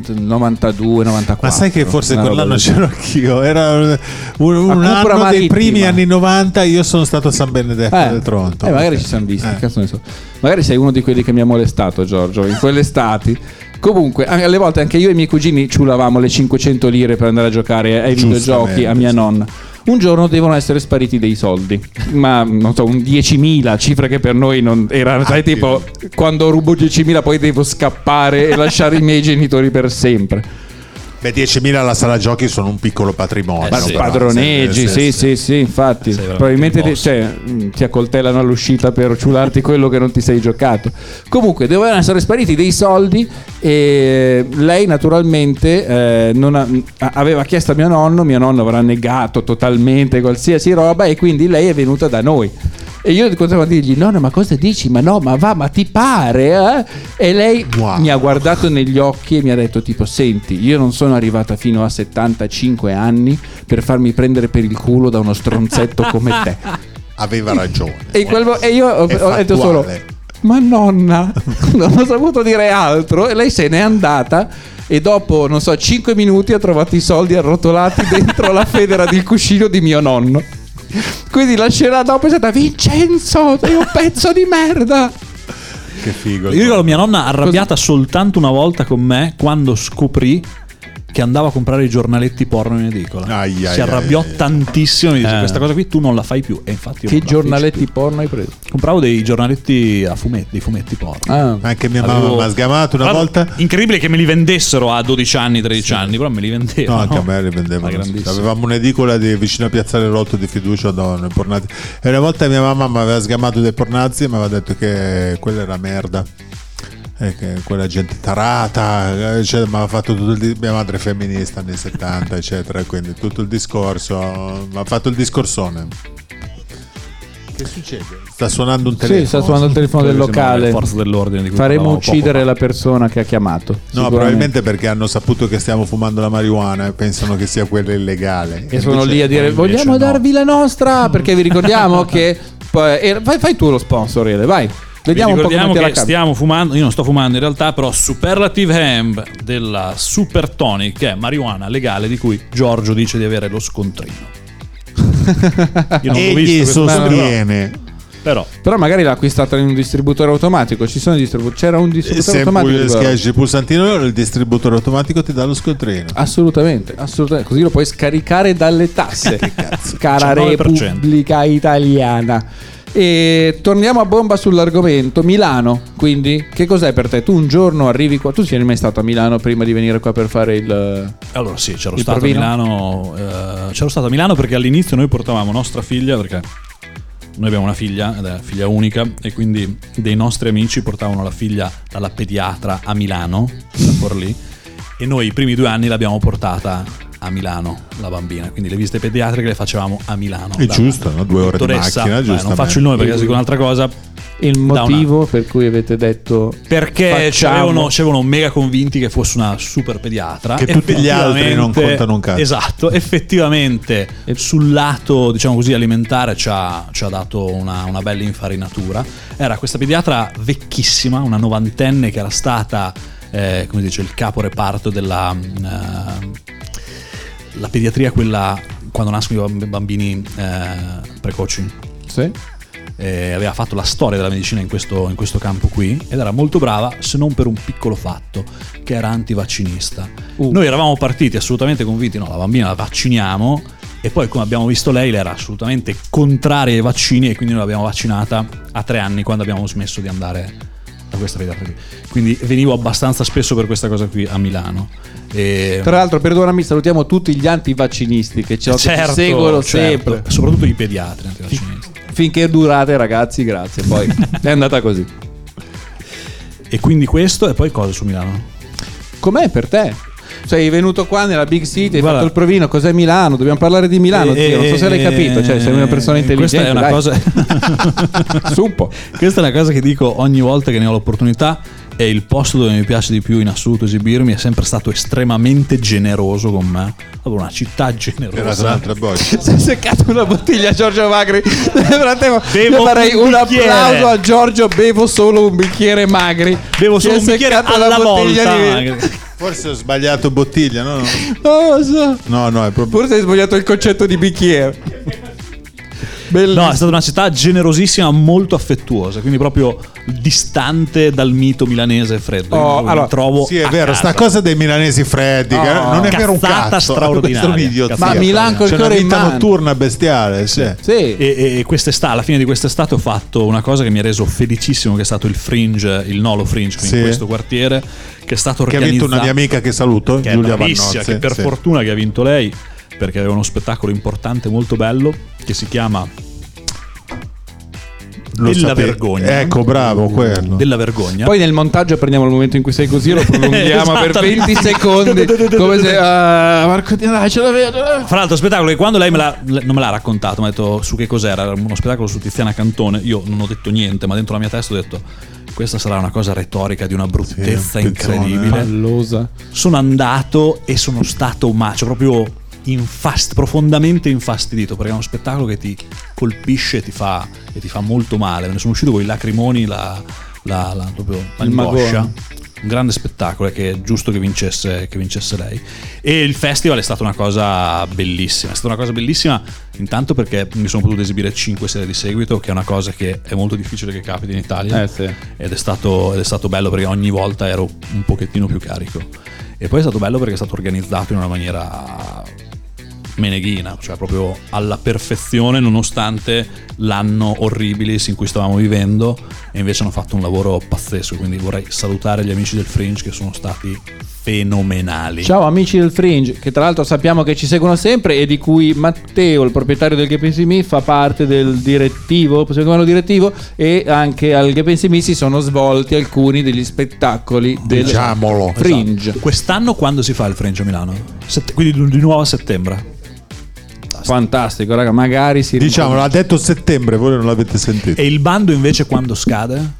92, 94. Ma sai che forse quell'anno c'ero anch'io. Era un anno dei primi anni 90. Io sono stato a San Benedetto del Tronto. Magari ci siamo visti. Cazzo ne so. Magari sei uno di quelli che mi ha molestato, Giorgio, in quelle estati. Comunque, alle volte anche io e i miei cugini ciulavamo le 500 lire per andare a giocare ai videogiochi a mia nonna. Un giorno devono essere spariti dei soldi, ma non so, un 10.000, cifra che per noi non era, sai, tipo quando rubo 10.000 poi devo scappare e lasciare i miei genitori per sempre. Beh, 10.000 alla sala giochi sono un piccolo patrimonio. Ma padroneggi, sì, infatti. Probabilmente ti accoltellano all'uscita per ciularti quello che non ti sei giocato. Comunque, dovevano essere spariti dei soldi e lei naturalmente aveva chiesto a mio nonno avrà negato totalmente qualsiasi roba e quindi lei è venuta da noi. E io continuavo a dirgli: nonna, ma cosa dici? Ma no, ma va, ma ti pare? E lei mi ha guardato negli occhi e mi ha detto tipo: senti, io non sono arrivata fino a 75 anni per farmi prendere per il culo da uno stronzetto come te. Aveva ragione. E io ho detto solo: ma nonna, non ho saputo dire altro. E lei se n'è andata. E dopo, non so, 5 minuti ha trovato i soldi arrotolati dentro la federa del cuscino di mio nonno. Quindi la scena dopo è stata: Vincenzo, sei un pezzo di merda. Che figo. Io ricordo mia nonna arrabbiata soltanto una volta con me quando scoprì che andava a comprare i giornaletti porno in edicola. Si arrabbiò tantissimo. Mi dice: questa cosa qui tu non la fai più. E infatti che giornaletti porno hai preso? Compravo dei giornaletti a fumetti, dei fumetti porno. Anche mia mamma mi ha sgamato una volta. Incredibile che me li vendessero a 12 anni, 13 anni, però me li vendevano. No, anche a me li vendevano. Avevamo un'edicola vicino a Piazzale Rotto di fiducia dove pornazzi. E una volta mia mamma mi aveva sgamato dei pornazzi e mi aveva detto che quella era merda. Che quella gente tarata, mi ha fatto mia madre femminista anni 70 eccetera, quindi tutto il discorso, mi ha fatto il discorsone. Che succede? Sta suonando un telefono. Sì, sta suonando il telefono del locale. Forza dell'ordine di cui faremo uccidere la persona che ha chiamato. No, probabilmente perché hanno saputo che stiamo fumando la marijuana e pensano che sia quella illegale. E sono lì a dire: vogliamo darvi la nostra, perché vi ricordiamo che fai tu lo sponsor, Ele, vai. Vediamo un po' come te la cavi. Stiamo fumando, io non sto fumando in realtà, però Superlative Hemp della Super Tonic, che è marijuana legale di cui Giorgio dice di avere lo scontrino. Io non l'ho visto, sostiene. Però magari l'ha acquistata in un distributore automatico. C'era un distributore automatico. Schiacci il pulsantino, il distributore automatico ti dà lo scontrino. Assolutamente. Così lo puoi scaricare dalle tasse. Cara Repubblica Italiana. E torniamo a bomba sull'argomento Milano. Quindi che cos'è per te? Tu un giorno arrivi qua. Tu sei mai stato a Milano prima di venire qua per fare il... Allora sì, c'ero stato a Milano perché all'inizio noi portavamo nostra figlia, perché noi abbiamo una figlia ed è figlia unica, e quindi dei nostri amici portavano la figlia dalla pediatra a Milano, da Forlì, e noi i primi 2 anni l'abbiamo portata a Milano, la bambina, quindi le visite pediatriche le facevano a Milano. È giusto, no? 2 ore di macchina, non faccio il nome perché è un'altra cosa. Il motivo per cui avete detto perché ci avevano mega convinti che fosse una super pediatra, che tutti gli altri non contano un cazzo. Esatto, effettivamente sul lato, diciamo così, alimentare ci ha dato una bella infarinatura. Era questa pediatra vecchissima, una 90enne che era stata come dice, il capo reparto della la pediatria, quella quando nascono i bambini precoci. Sì. Aveva fatto la storia della medicina in questo campo qui, ed era molto brava, se non per un piccolo fatto, che era antivaccinista. Noi eravamo partiti assolutamente convinti: no, la bambina la vacciniamo, e poi, come abbiamo visto, lei era assolutamente contraria ai vaccini, e quindi noi l'abbiamo vaccinata a 3 anni, quando abbiamo smesso di andare da questa pediatra qui. Quindi venivo abbastanza spesso per questa cosa qui a Milano. Tra l'altro, perdonami, salutiamo tutti gli antivaccinisti che ci seguono sempre, soprattutto i pediatri antivaccinisti. Finché durate, ragazzi, grazie. Poi è andata così. E quindi questo, e poi cosa su Milano? Com'è per te? Sei venuto qua nella big city, hai fatto il provino. Cos'è Milano? Dobbiamo parlare di Milano, zio. Non so se l'hai capito. Cioè, sei una persona intelligente. Questa è una cosa. Su un po'. Questa è una cosa che dico ogni volta che ne ho l'opportunità, è il posto dove mi piace di più in assoluto esibirmi, è sempre stato estremamente generoso con me. Proprio una città generosa. Un'altra boccia. Si è seccato una bottiglia a Giorgio Magri. Nel frattempo Bevo io farei un un bicchiere. applauso a Giorgio. Bevo solo un bicchiere Magri. Bevo solo Si è un bicchiere seccato alla la bottiglia volta. di- Magari. Forse ho sbagliato bottiglia, no? Non lo so. No, è proprio. Forse hai sbagliato il concetto di bicchiere. Bellissimo. No, è stata una città generosissima, molto affettuosa, quindi proprio distante dal mito milanese freddo. Oh, Io mi allora, trovo Sì, è a vero, casa. sta cosa dei milanesi freddi, che Oh, non è vero un cazzata cazzo. straordinaria. Questo è un'idiozia. Ma Milan col C'è una cuore in vita mano. notturna bestiale, sì. Sì. E quest'estate, alla fine di quest'estate ho fatto una cosa che mi ha reso felicissimo, che è stato il Fringe, il Nolo Fringe qui Sì. in questo quartiere, che è stato Che ha organizzato, vinto una mia amica che saluto, che è Giulia bravissima, Vannozzi. che per sì. fortuna che ha vinto lei, perché aveva uno spettacolo importante, molto bello, che si chiama Lo Della sapevo. Vergogna. Ecco, bravo, quello. Della Vergogna. Poi nel montaggio prendiamo il momento in cui sei così, lo prolunghiamo per Esattamente. 20 secondi. Come se Marco dai, ce la vedo. Fra l'altro spettacolo che quando lei non me l'ha raccontato, mi ha detto su che cos'era, era uno spettacolo su Tiziana Cantone, io non ho detto niente, ma dentro la mia testa ho detto questa sarà una cosa retorica di una bruttezza Sì, incredibile. Pallosa. Sono andato e sono stato cioè proprio profondamente infastidito, perché è uno spettacolo che ti colpisce e ti fa molto male. Me ne sono uscito con i lacrimoni, proprio l'angoscia. magone. Un grande spettacolo, che è giusto che vincesse lei. E il festival è stata una cosa bellissima. È stata una cosa bellissima intanto perché mi sono potuto esibire 5 sere di seguito, che è una cosa che è molto difficile che capiti in Italia. Sì. Ed è stato bello perché ogni volta ero un pochettino più carico. E poi è stato bello perché è stato organizzato in una maniera meneghina, cioè proprio alla perfezione, nonostante l'anno orribile in cui stavamo vivendo, e invece hanno fatto un lavoro pazzesco. Quindi vorrei salutare gli amici del Fringe che sono stati fenomenali. Ciao amici del Fringe, che tra l'altro sappiamo che ci seguono sempre e di cui Matteo, il proprietario del Che Pensi Mi, fa parte del direttivo, possiamo chiamarlo direttivo, e anche al Che Pensi Mi si sono svolti alcuni degli spettacoli del Diciamolo. Fringe. Quest'anno quando si fa il Fringe a Milano? Quindi di nuovo a settembre. Fantastico, raga, magari si Diciamo, l'ha detto settembre, voi non l'avete sentito. E il bando invece quando scade?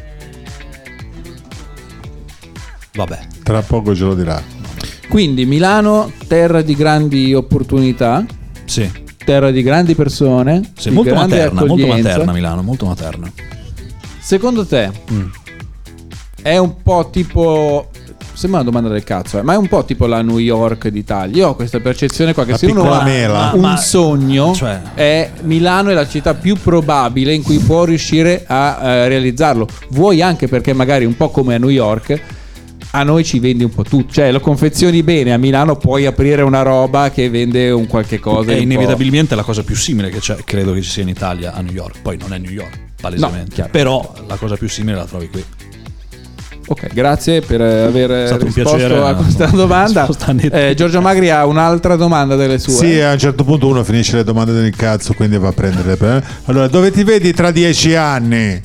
Vabbè. Tra poco ce lo dirà. Quindi Milano, terra di grandi opportunità, Sì. terra di grandi persone, Sì, di molto grande materna, molto accoglienza. materna Milano, molto materna. Secondo te è un po' tipo, sembra una domanda del cazzo, ma è un po' tipo la New York d'Italia? Io ho questa percezione qua che La se uno piccola ha mela. un sogno, cioè- è Milano è la città più probabile in cui può riuscire a realizzarlo. Vuoi anche perché magari un po' come a New York a noi ci vendi un po' tutto, cioè lo confezioni bene, a Milano puoi aprire una roba che vende un qualche cosa. È un po'. inevitabilmente la cosa più simile che c'è, credo che ci sia in Italia, a New York. Poi non è New York, palesemente. No, chiaro. Però la cosa più simile la trovi qui. Ok, grazie per aver stato un risposto piacere, a questa domanda. spontaneità. Giorgio Magri ha un'altra domanda delle sue. Sì, a un certo punto uno finisce le domande del cazzo, quindi va a prendere. Allora, dove ti vedi tra 10 anni?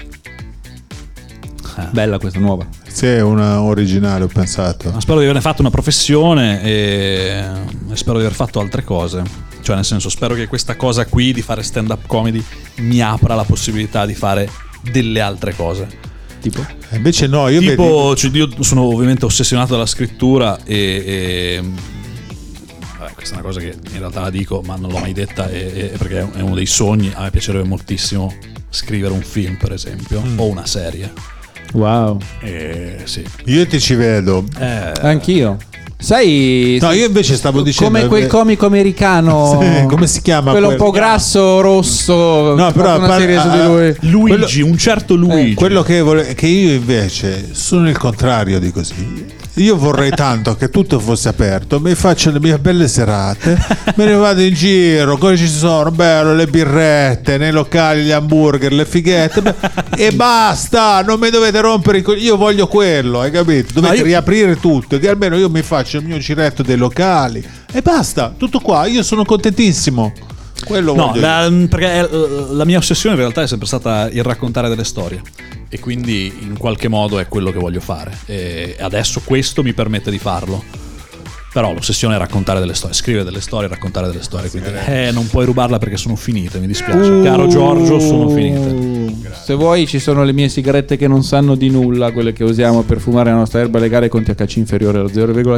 Bella questa nuova. Sì, è una originale, ho pensato. Ma spero di averne fatto una professione e spero di aver fatto altre cose. Cioè, nel senso, spero che questa cosa qui di fare stand-up comedy mi apra la possibilità di fare delle altre cose. Tipo? Invece no, io Tipo, cioè, io sono ovviamente ossessionato dalla scrittura e vabbè, questa è una cosa che in realtà la dico, ma non l'ho mai detta perché è uno dei sogni. A me piacerebbe moltissimo scrivere un film, per esempio, o una serie. Wow. Sì. io ti ci vedo. Anch'io. Sai, No, io invece stavo dicendo come quel comico americano, Sì, come si chiama quello un quello? po' grasso, rosso. No, ha però fatto una serie su di lui. Luigi, un certo Luigi. Quello che io invece sono il contrario di così. Io vorrei tanto che tutto fosse aperto, mi faccio le mie belle serate, me ne vado in giro, cosa ci sono? Bello, le birrette, nei locali, gli hamburger, le fighette e basta, non mi dovete rompere i coglioni, io voglio quello, hai capito? Dovete riaprire tutto, che almeno io mi faccio il mio giretto dei locali e basta, tutto qua, io sono contentissimo. Quello No, voglio. perché la mia ossessione in realtà è sempre stata il raccontare delle storie e quindi in qualche modo è quello che voglio fare e adesso questo mi permette di farlo. Però l'ossessione è raccontare delle storie, scrivere delle storie, raccontare delle storie, quindi non puoi rubarla perché sono finite, mi dispiace. Caro Giorgio, sono finite. Se vuoi ci sono le mie sigarette che non sanno di nulla, quelle che usiamo per fumare la nostra erba legale con THC inferiore allo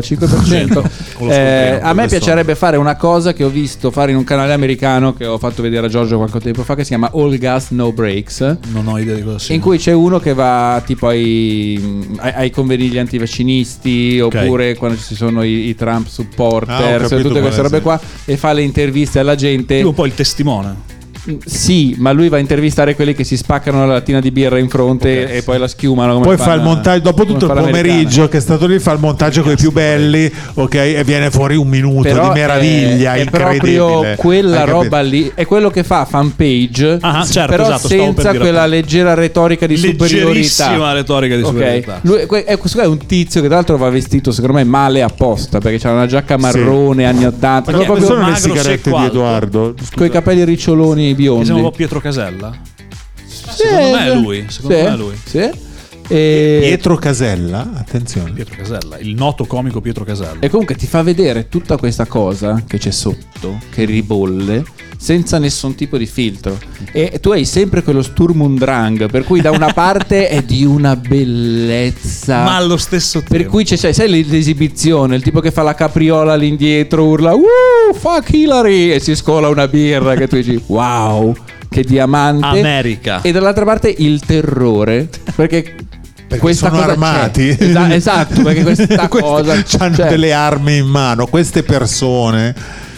0,5%. A me piacerebbe fare una cosa che ho visto fare in un canale americano che ho fatto vedere a Giorgio qualche tempo fa, che si chiama All Gas No Breaks. Non ho idea di cosa sia. In cui c'è uno che va tipo ai convenigli antivaccinisti, oppure quando ci sono i Trump supporters, tutte queste robe qua, e fa le interviste alla gente. Più un po' il testimone. Sì, ma lui va a intervistare quelli che si spaccano la lattina di birra in fronte e poi la schiumano. Poi fa il montaggio dopo tutto il pomeriggio che è stato lì, fa il montaggio con i più belli, ok, e viene fuori un minuto di meraviglia, è proprio quella roba lì, è quello che fa fanpage, però senza quella leggera retorica di superiorità. Leggerissima retorica di superiorità. Questo è un tizio che tra l'altro va vestito secondo me male apposta, perché c'ha una giacca marrone anni 80. Ma proprio sono le sigarette di Edoardo con i capelli riccioloni biondi. Siamo un po' Pietro Casella? Secondo me è lui. Sì. Pietro Casella, attenzione. Pietro Casella, il noto comico Pietro Casella. E comunque ti fa vedere tutta questa cosa che c'è sotto, che ribolle, senza nessun tipo di filtro. E tu hai sempre quello Sturm und Drang, per cui da una parte è di una bellezza, ma allo stesso tempo, per cui c'è, sai l'esibizione, il tipo che fa la capriola all'indietro, urla fuck Hillary, e si scola una birra che tu dici wow, che diamante. America. E dall'altra parte il terrore, perché questa sono cosa armati. Esatto, perché questa cosa hanno delle armi in mano, queste persone.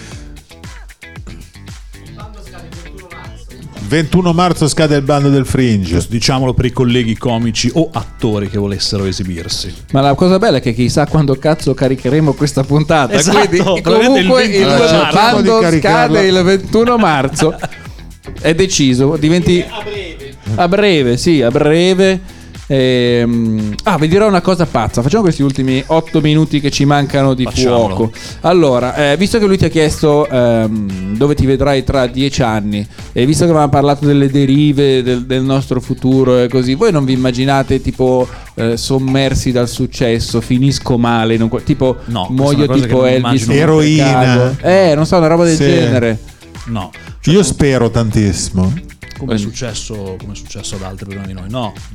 21 marzo scade il bando del Fringe. Diciamolo per i colleghi comici o attori che volessero esibirsi. Ma la cosa bella è che chissà quando cazzo caricheremo questa puntata. Esatto, quindi comunque il bando scade il 21 marzo. È deciso, diventi a breve. Vi dirò una cosa pazza. Facciamo questi ultimi 8 minuti che ci mancano di fuoco. Allora, visto che lui ti ha chiesto dove ti vedrai tra 10 anni, e visto che avevamo parlato delle derive del nostro futuro e così, voi non vi immaginate tipo sommersi dal successo, finisco male, tipo muoio tipo Elvis, eroina, non so, una roba del genere. No, io spero tantissimo. Come è successo ad altri prima di noi.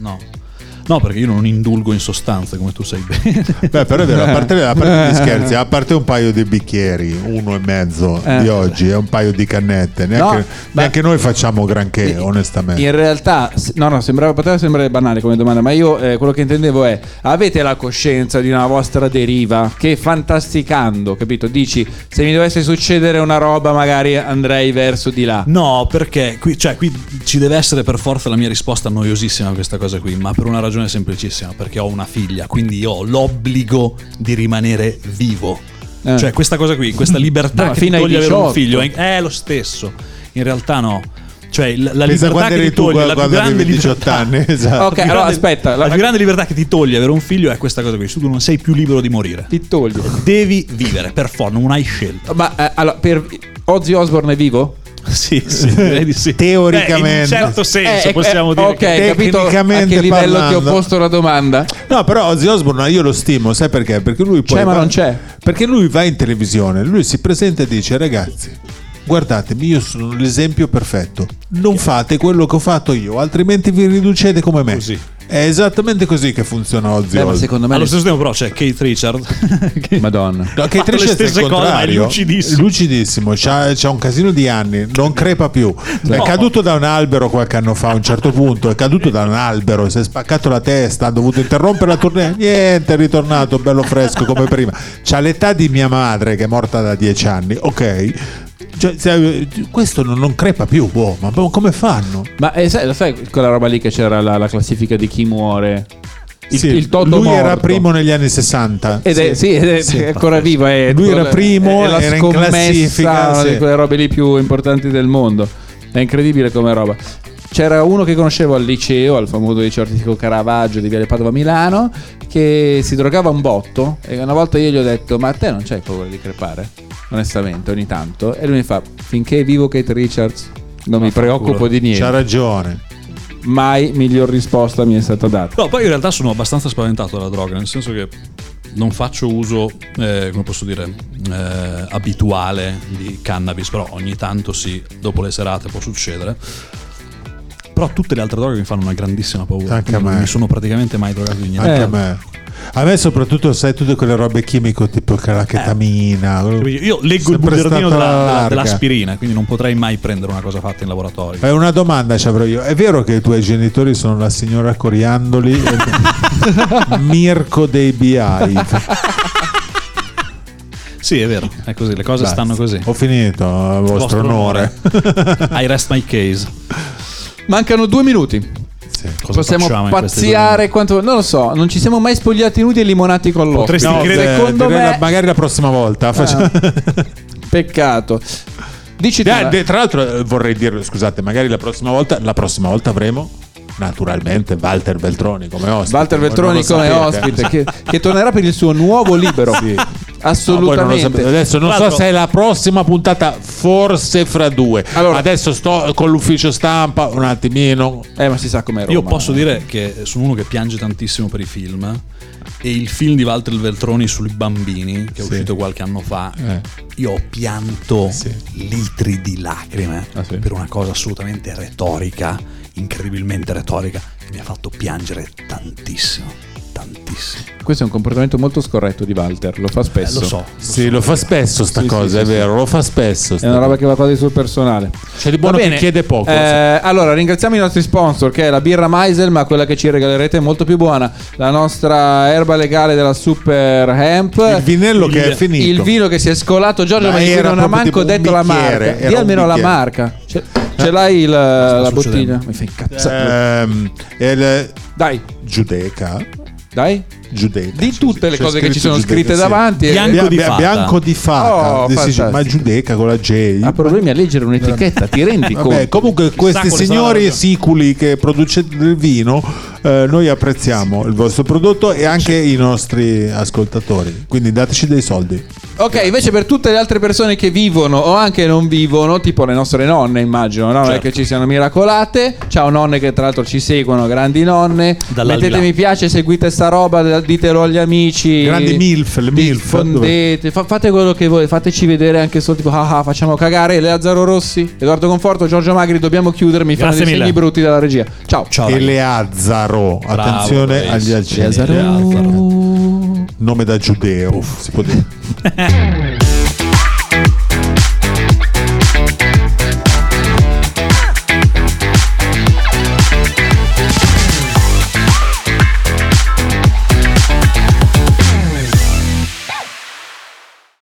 No, perché io non indulgo in sostanze, come tu sai bene. Beh, però è vero, a parte gli scherzi, a parte un paio di bicchieri, 1,5 di oggi, e un paio di cannette, neanche noi facciamo granché, onestamente. In realtà, poteva sembrare banale come domanda, ma io quello che intendevo è: avete la coscienza di una vostra deriva che, fantasticando, capito, dici, se mi dovesse succedere una roba magari andrei verso di là? No, perché qui ci deve essere per forza la mia risposta noiosissima a questa cosa qui, ma per una ragione semplicissima, perché ho una figlia, quindi io ho l'obbligo di rimanere vivo. Cioè questa cosa qui, questa libertà che ti toglie avere un figlio è lo stesso. In realtà no. Cioè la libertà che ti toglie, la più grande 18 anni, esatto. Ok, allora aspetta, la più grande libertà che ti toglie avere un figlio è questa cosa qui. Tu non sei più libero di morire. Ti toglie. Devi vivere, per forza, non hai scelta. Ma allora, per Ozzy Osbourne è vivo? Sì, direi di sì. Teoricamente, in un certo senso possiamo dire che capito a che livello ti ho posto la domanda. No, però Ozzy Osbourne io lo stimo, sai perché? Perché lui poi ma non c'è. Perché lui va in televisione, lui si presenta e dice: ragazzi, guardatemi, io sono l'esempio perfetto, non fate quello che ho fatto io, altrimenti vi riducete come me. Così. È esattamente così che funziona Ozzy Osbourne. Secondo me allo stesso tempo però c'è Keith Richard Madonna. No, Keith Richard è il contrario, è lucidissimo. C'ha un casino di anni, non crepa più. No. È caduto da un albero qualche anno fa, a un certo punto è caduto da un albero, si è spaccato la testa, ha dovuto interrompere la tournée, niente, è ritornato bello fresco come prima. C'ha l'età di mia madre che è morta da 10 anni, ok? Cioè, questo non crepa più, ma come fanno? Ma sai quella roba lì che c'era la classifica di chi muore? Il Toto lui morto. Era primo negli anni 60 ed è ancora vivo. Lui era primo, è la era scommessa, in classifica, di quelle robe lì più importanti del mondo. È incredibile come roba. C'era uno che conoscevo al liceo, al famoso liceo artistico Caravaggio di Viale Padova Milano, che si drogava un botto, e una volta io gli ho detto: ma a te non c'hai paura di crepare? Onestamente, ogni tanto. E lui mi fa: finché è vivo Keith Richards non mi preoccupo di niente. C'ha ragione. Mai miglior risposta mi è stata data. No, poi in realtà sono abbastanza spaventato dalla droga, nel senso che non faccio uso, come posso dire, abituale di cannabis, però ogni tanto sì, dopo le serate può succedere. Però tutte le altre droghe mi fanno una grandissima paura. Anche a me. Non mi sono praticamente mai drogato di niente. Anche a me. A me soprattutto, sai, tutte quelle robe chimico tipo la chetamina. Io leggo il bugiardino dell'aspirina, quindi non potrei mai prendere una cosa fatta in laboratorio. È una domanda ci avrò io. È vero che i tuoi genitori sono la signora Coriandoli e Mirko dei Beehive? Sì, è vero, è così, le cose stanno così. Ho finito, a vostro onore. I rest my case. Mancano 2 minuti. Sì. Possiamo pazziare quanto, non lo so, non ci siamo mai spogliati nudi e limonati con l'ospite. Potresti credere, secondo me magari la prossima volta. Peccato. Dici tu, tra l'altro vorrei dire, scusate, magari la prossima volta avremo naturalmente Walter Veltroni come ospite. Walter Veltroni come ospite che tornerà per il suo nuovo libro. Sì. Assolutamente. Adesso non so se è la prossima puntata, forse fra 2. Allora, adesso sto con l'ufficio stampa un attimino. Ma si sa com'è Roma. Io posso dire che sono uno che piange tantissimo per i film, e il film di Walter Veltroni sui bambini, che è uscito qualche anno fa, io ho pianto litri di lacrime per una cosa assolutamente retorica, incredibilmente retorica, che mi ha fatto piangere tantissimo. Questo è un comportamento molto scorretto di Walter, lo fa spesso. Lo so. Lo fa spesso sta cosa, è vero, lo fa spesso. È una roba che va quasi sul personale. C'è di buono che chiede poco. Allora, ringraziamo i nostri sponsor, che è la birra Meisel, ma quella che ci regalerete è molto più buona. La nostra erba legale della Super Hemp. Il vinello che è finito. Il vino che si è scolato, Giorgio, ma non ha manco detto la marca. Di almeno la marca. Ce l'hai la bottiglia? Mi fai incazzare. Dai, Giudecca. Dai, Giudecca. di tutte le cose che ci sono scritte davanti. Bianco di Fata. Ma Giudecca con la J. Ha problemi a leggere un'etichetta, ti rendi conto? Comunque questi signori siculi che producete del vino, noi apprezziamo il vostro prodotto e anche i nostri ascoltatori, quindi dateci dei soldi. Ok, invece per tutte le altre persone che vivono o anche non vivono, tipo le nostre nonne, immagino, no? Non è che ci siano miracolate. Ciao nonne che tra l'altro ci seguono, grandi nonne. Mettete mi piace, seguite sta roba, ditelo agli amici. Grandi MILF, le MILF. Diffondete, fate quello che volete, fateci vedere anche solo tipo facciamo cagare. Leazzaro Rossi, Edoardo Conforto, Giorgio Magri, dobbiamo chiudere, mi fanno dei segni brutti dalla regia. Ciao. Eleazzaro, attenzione agli accenti. Nome da giudeo, si può dire.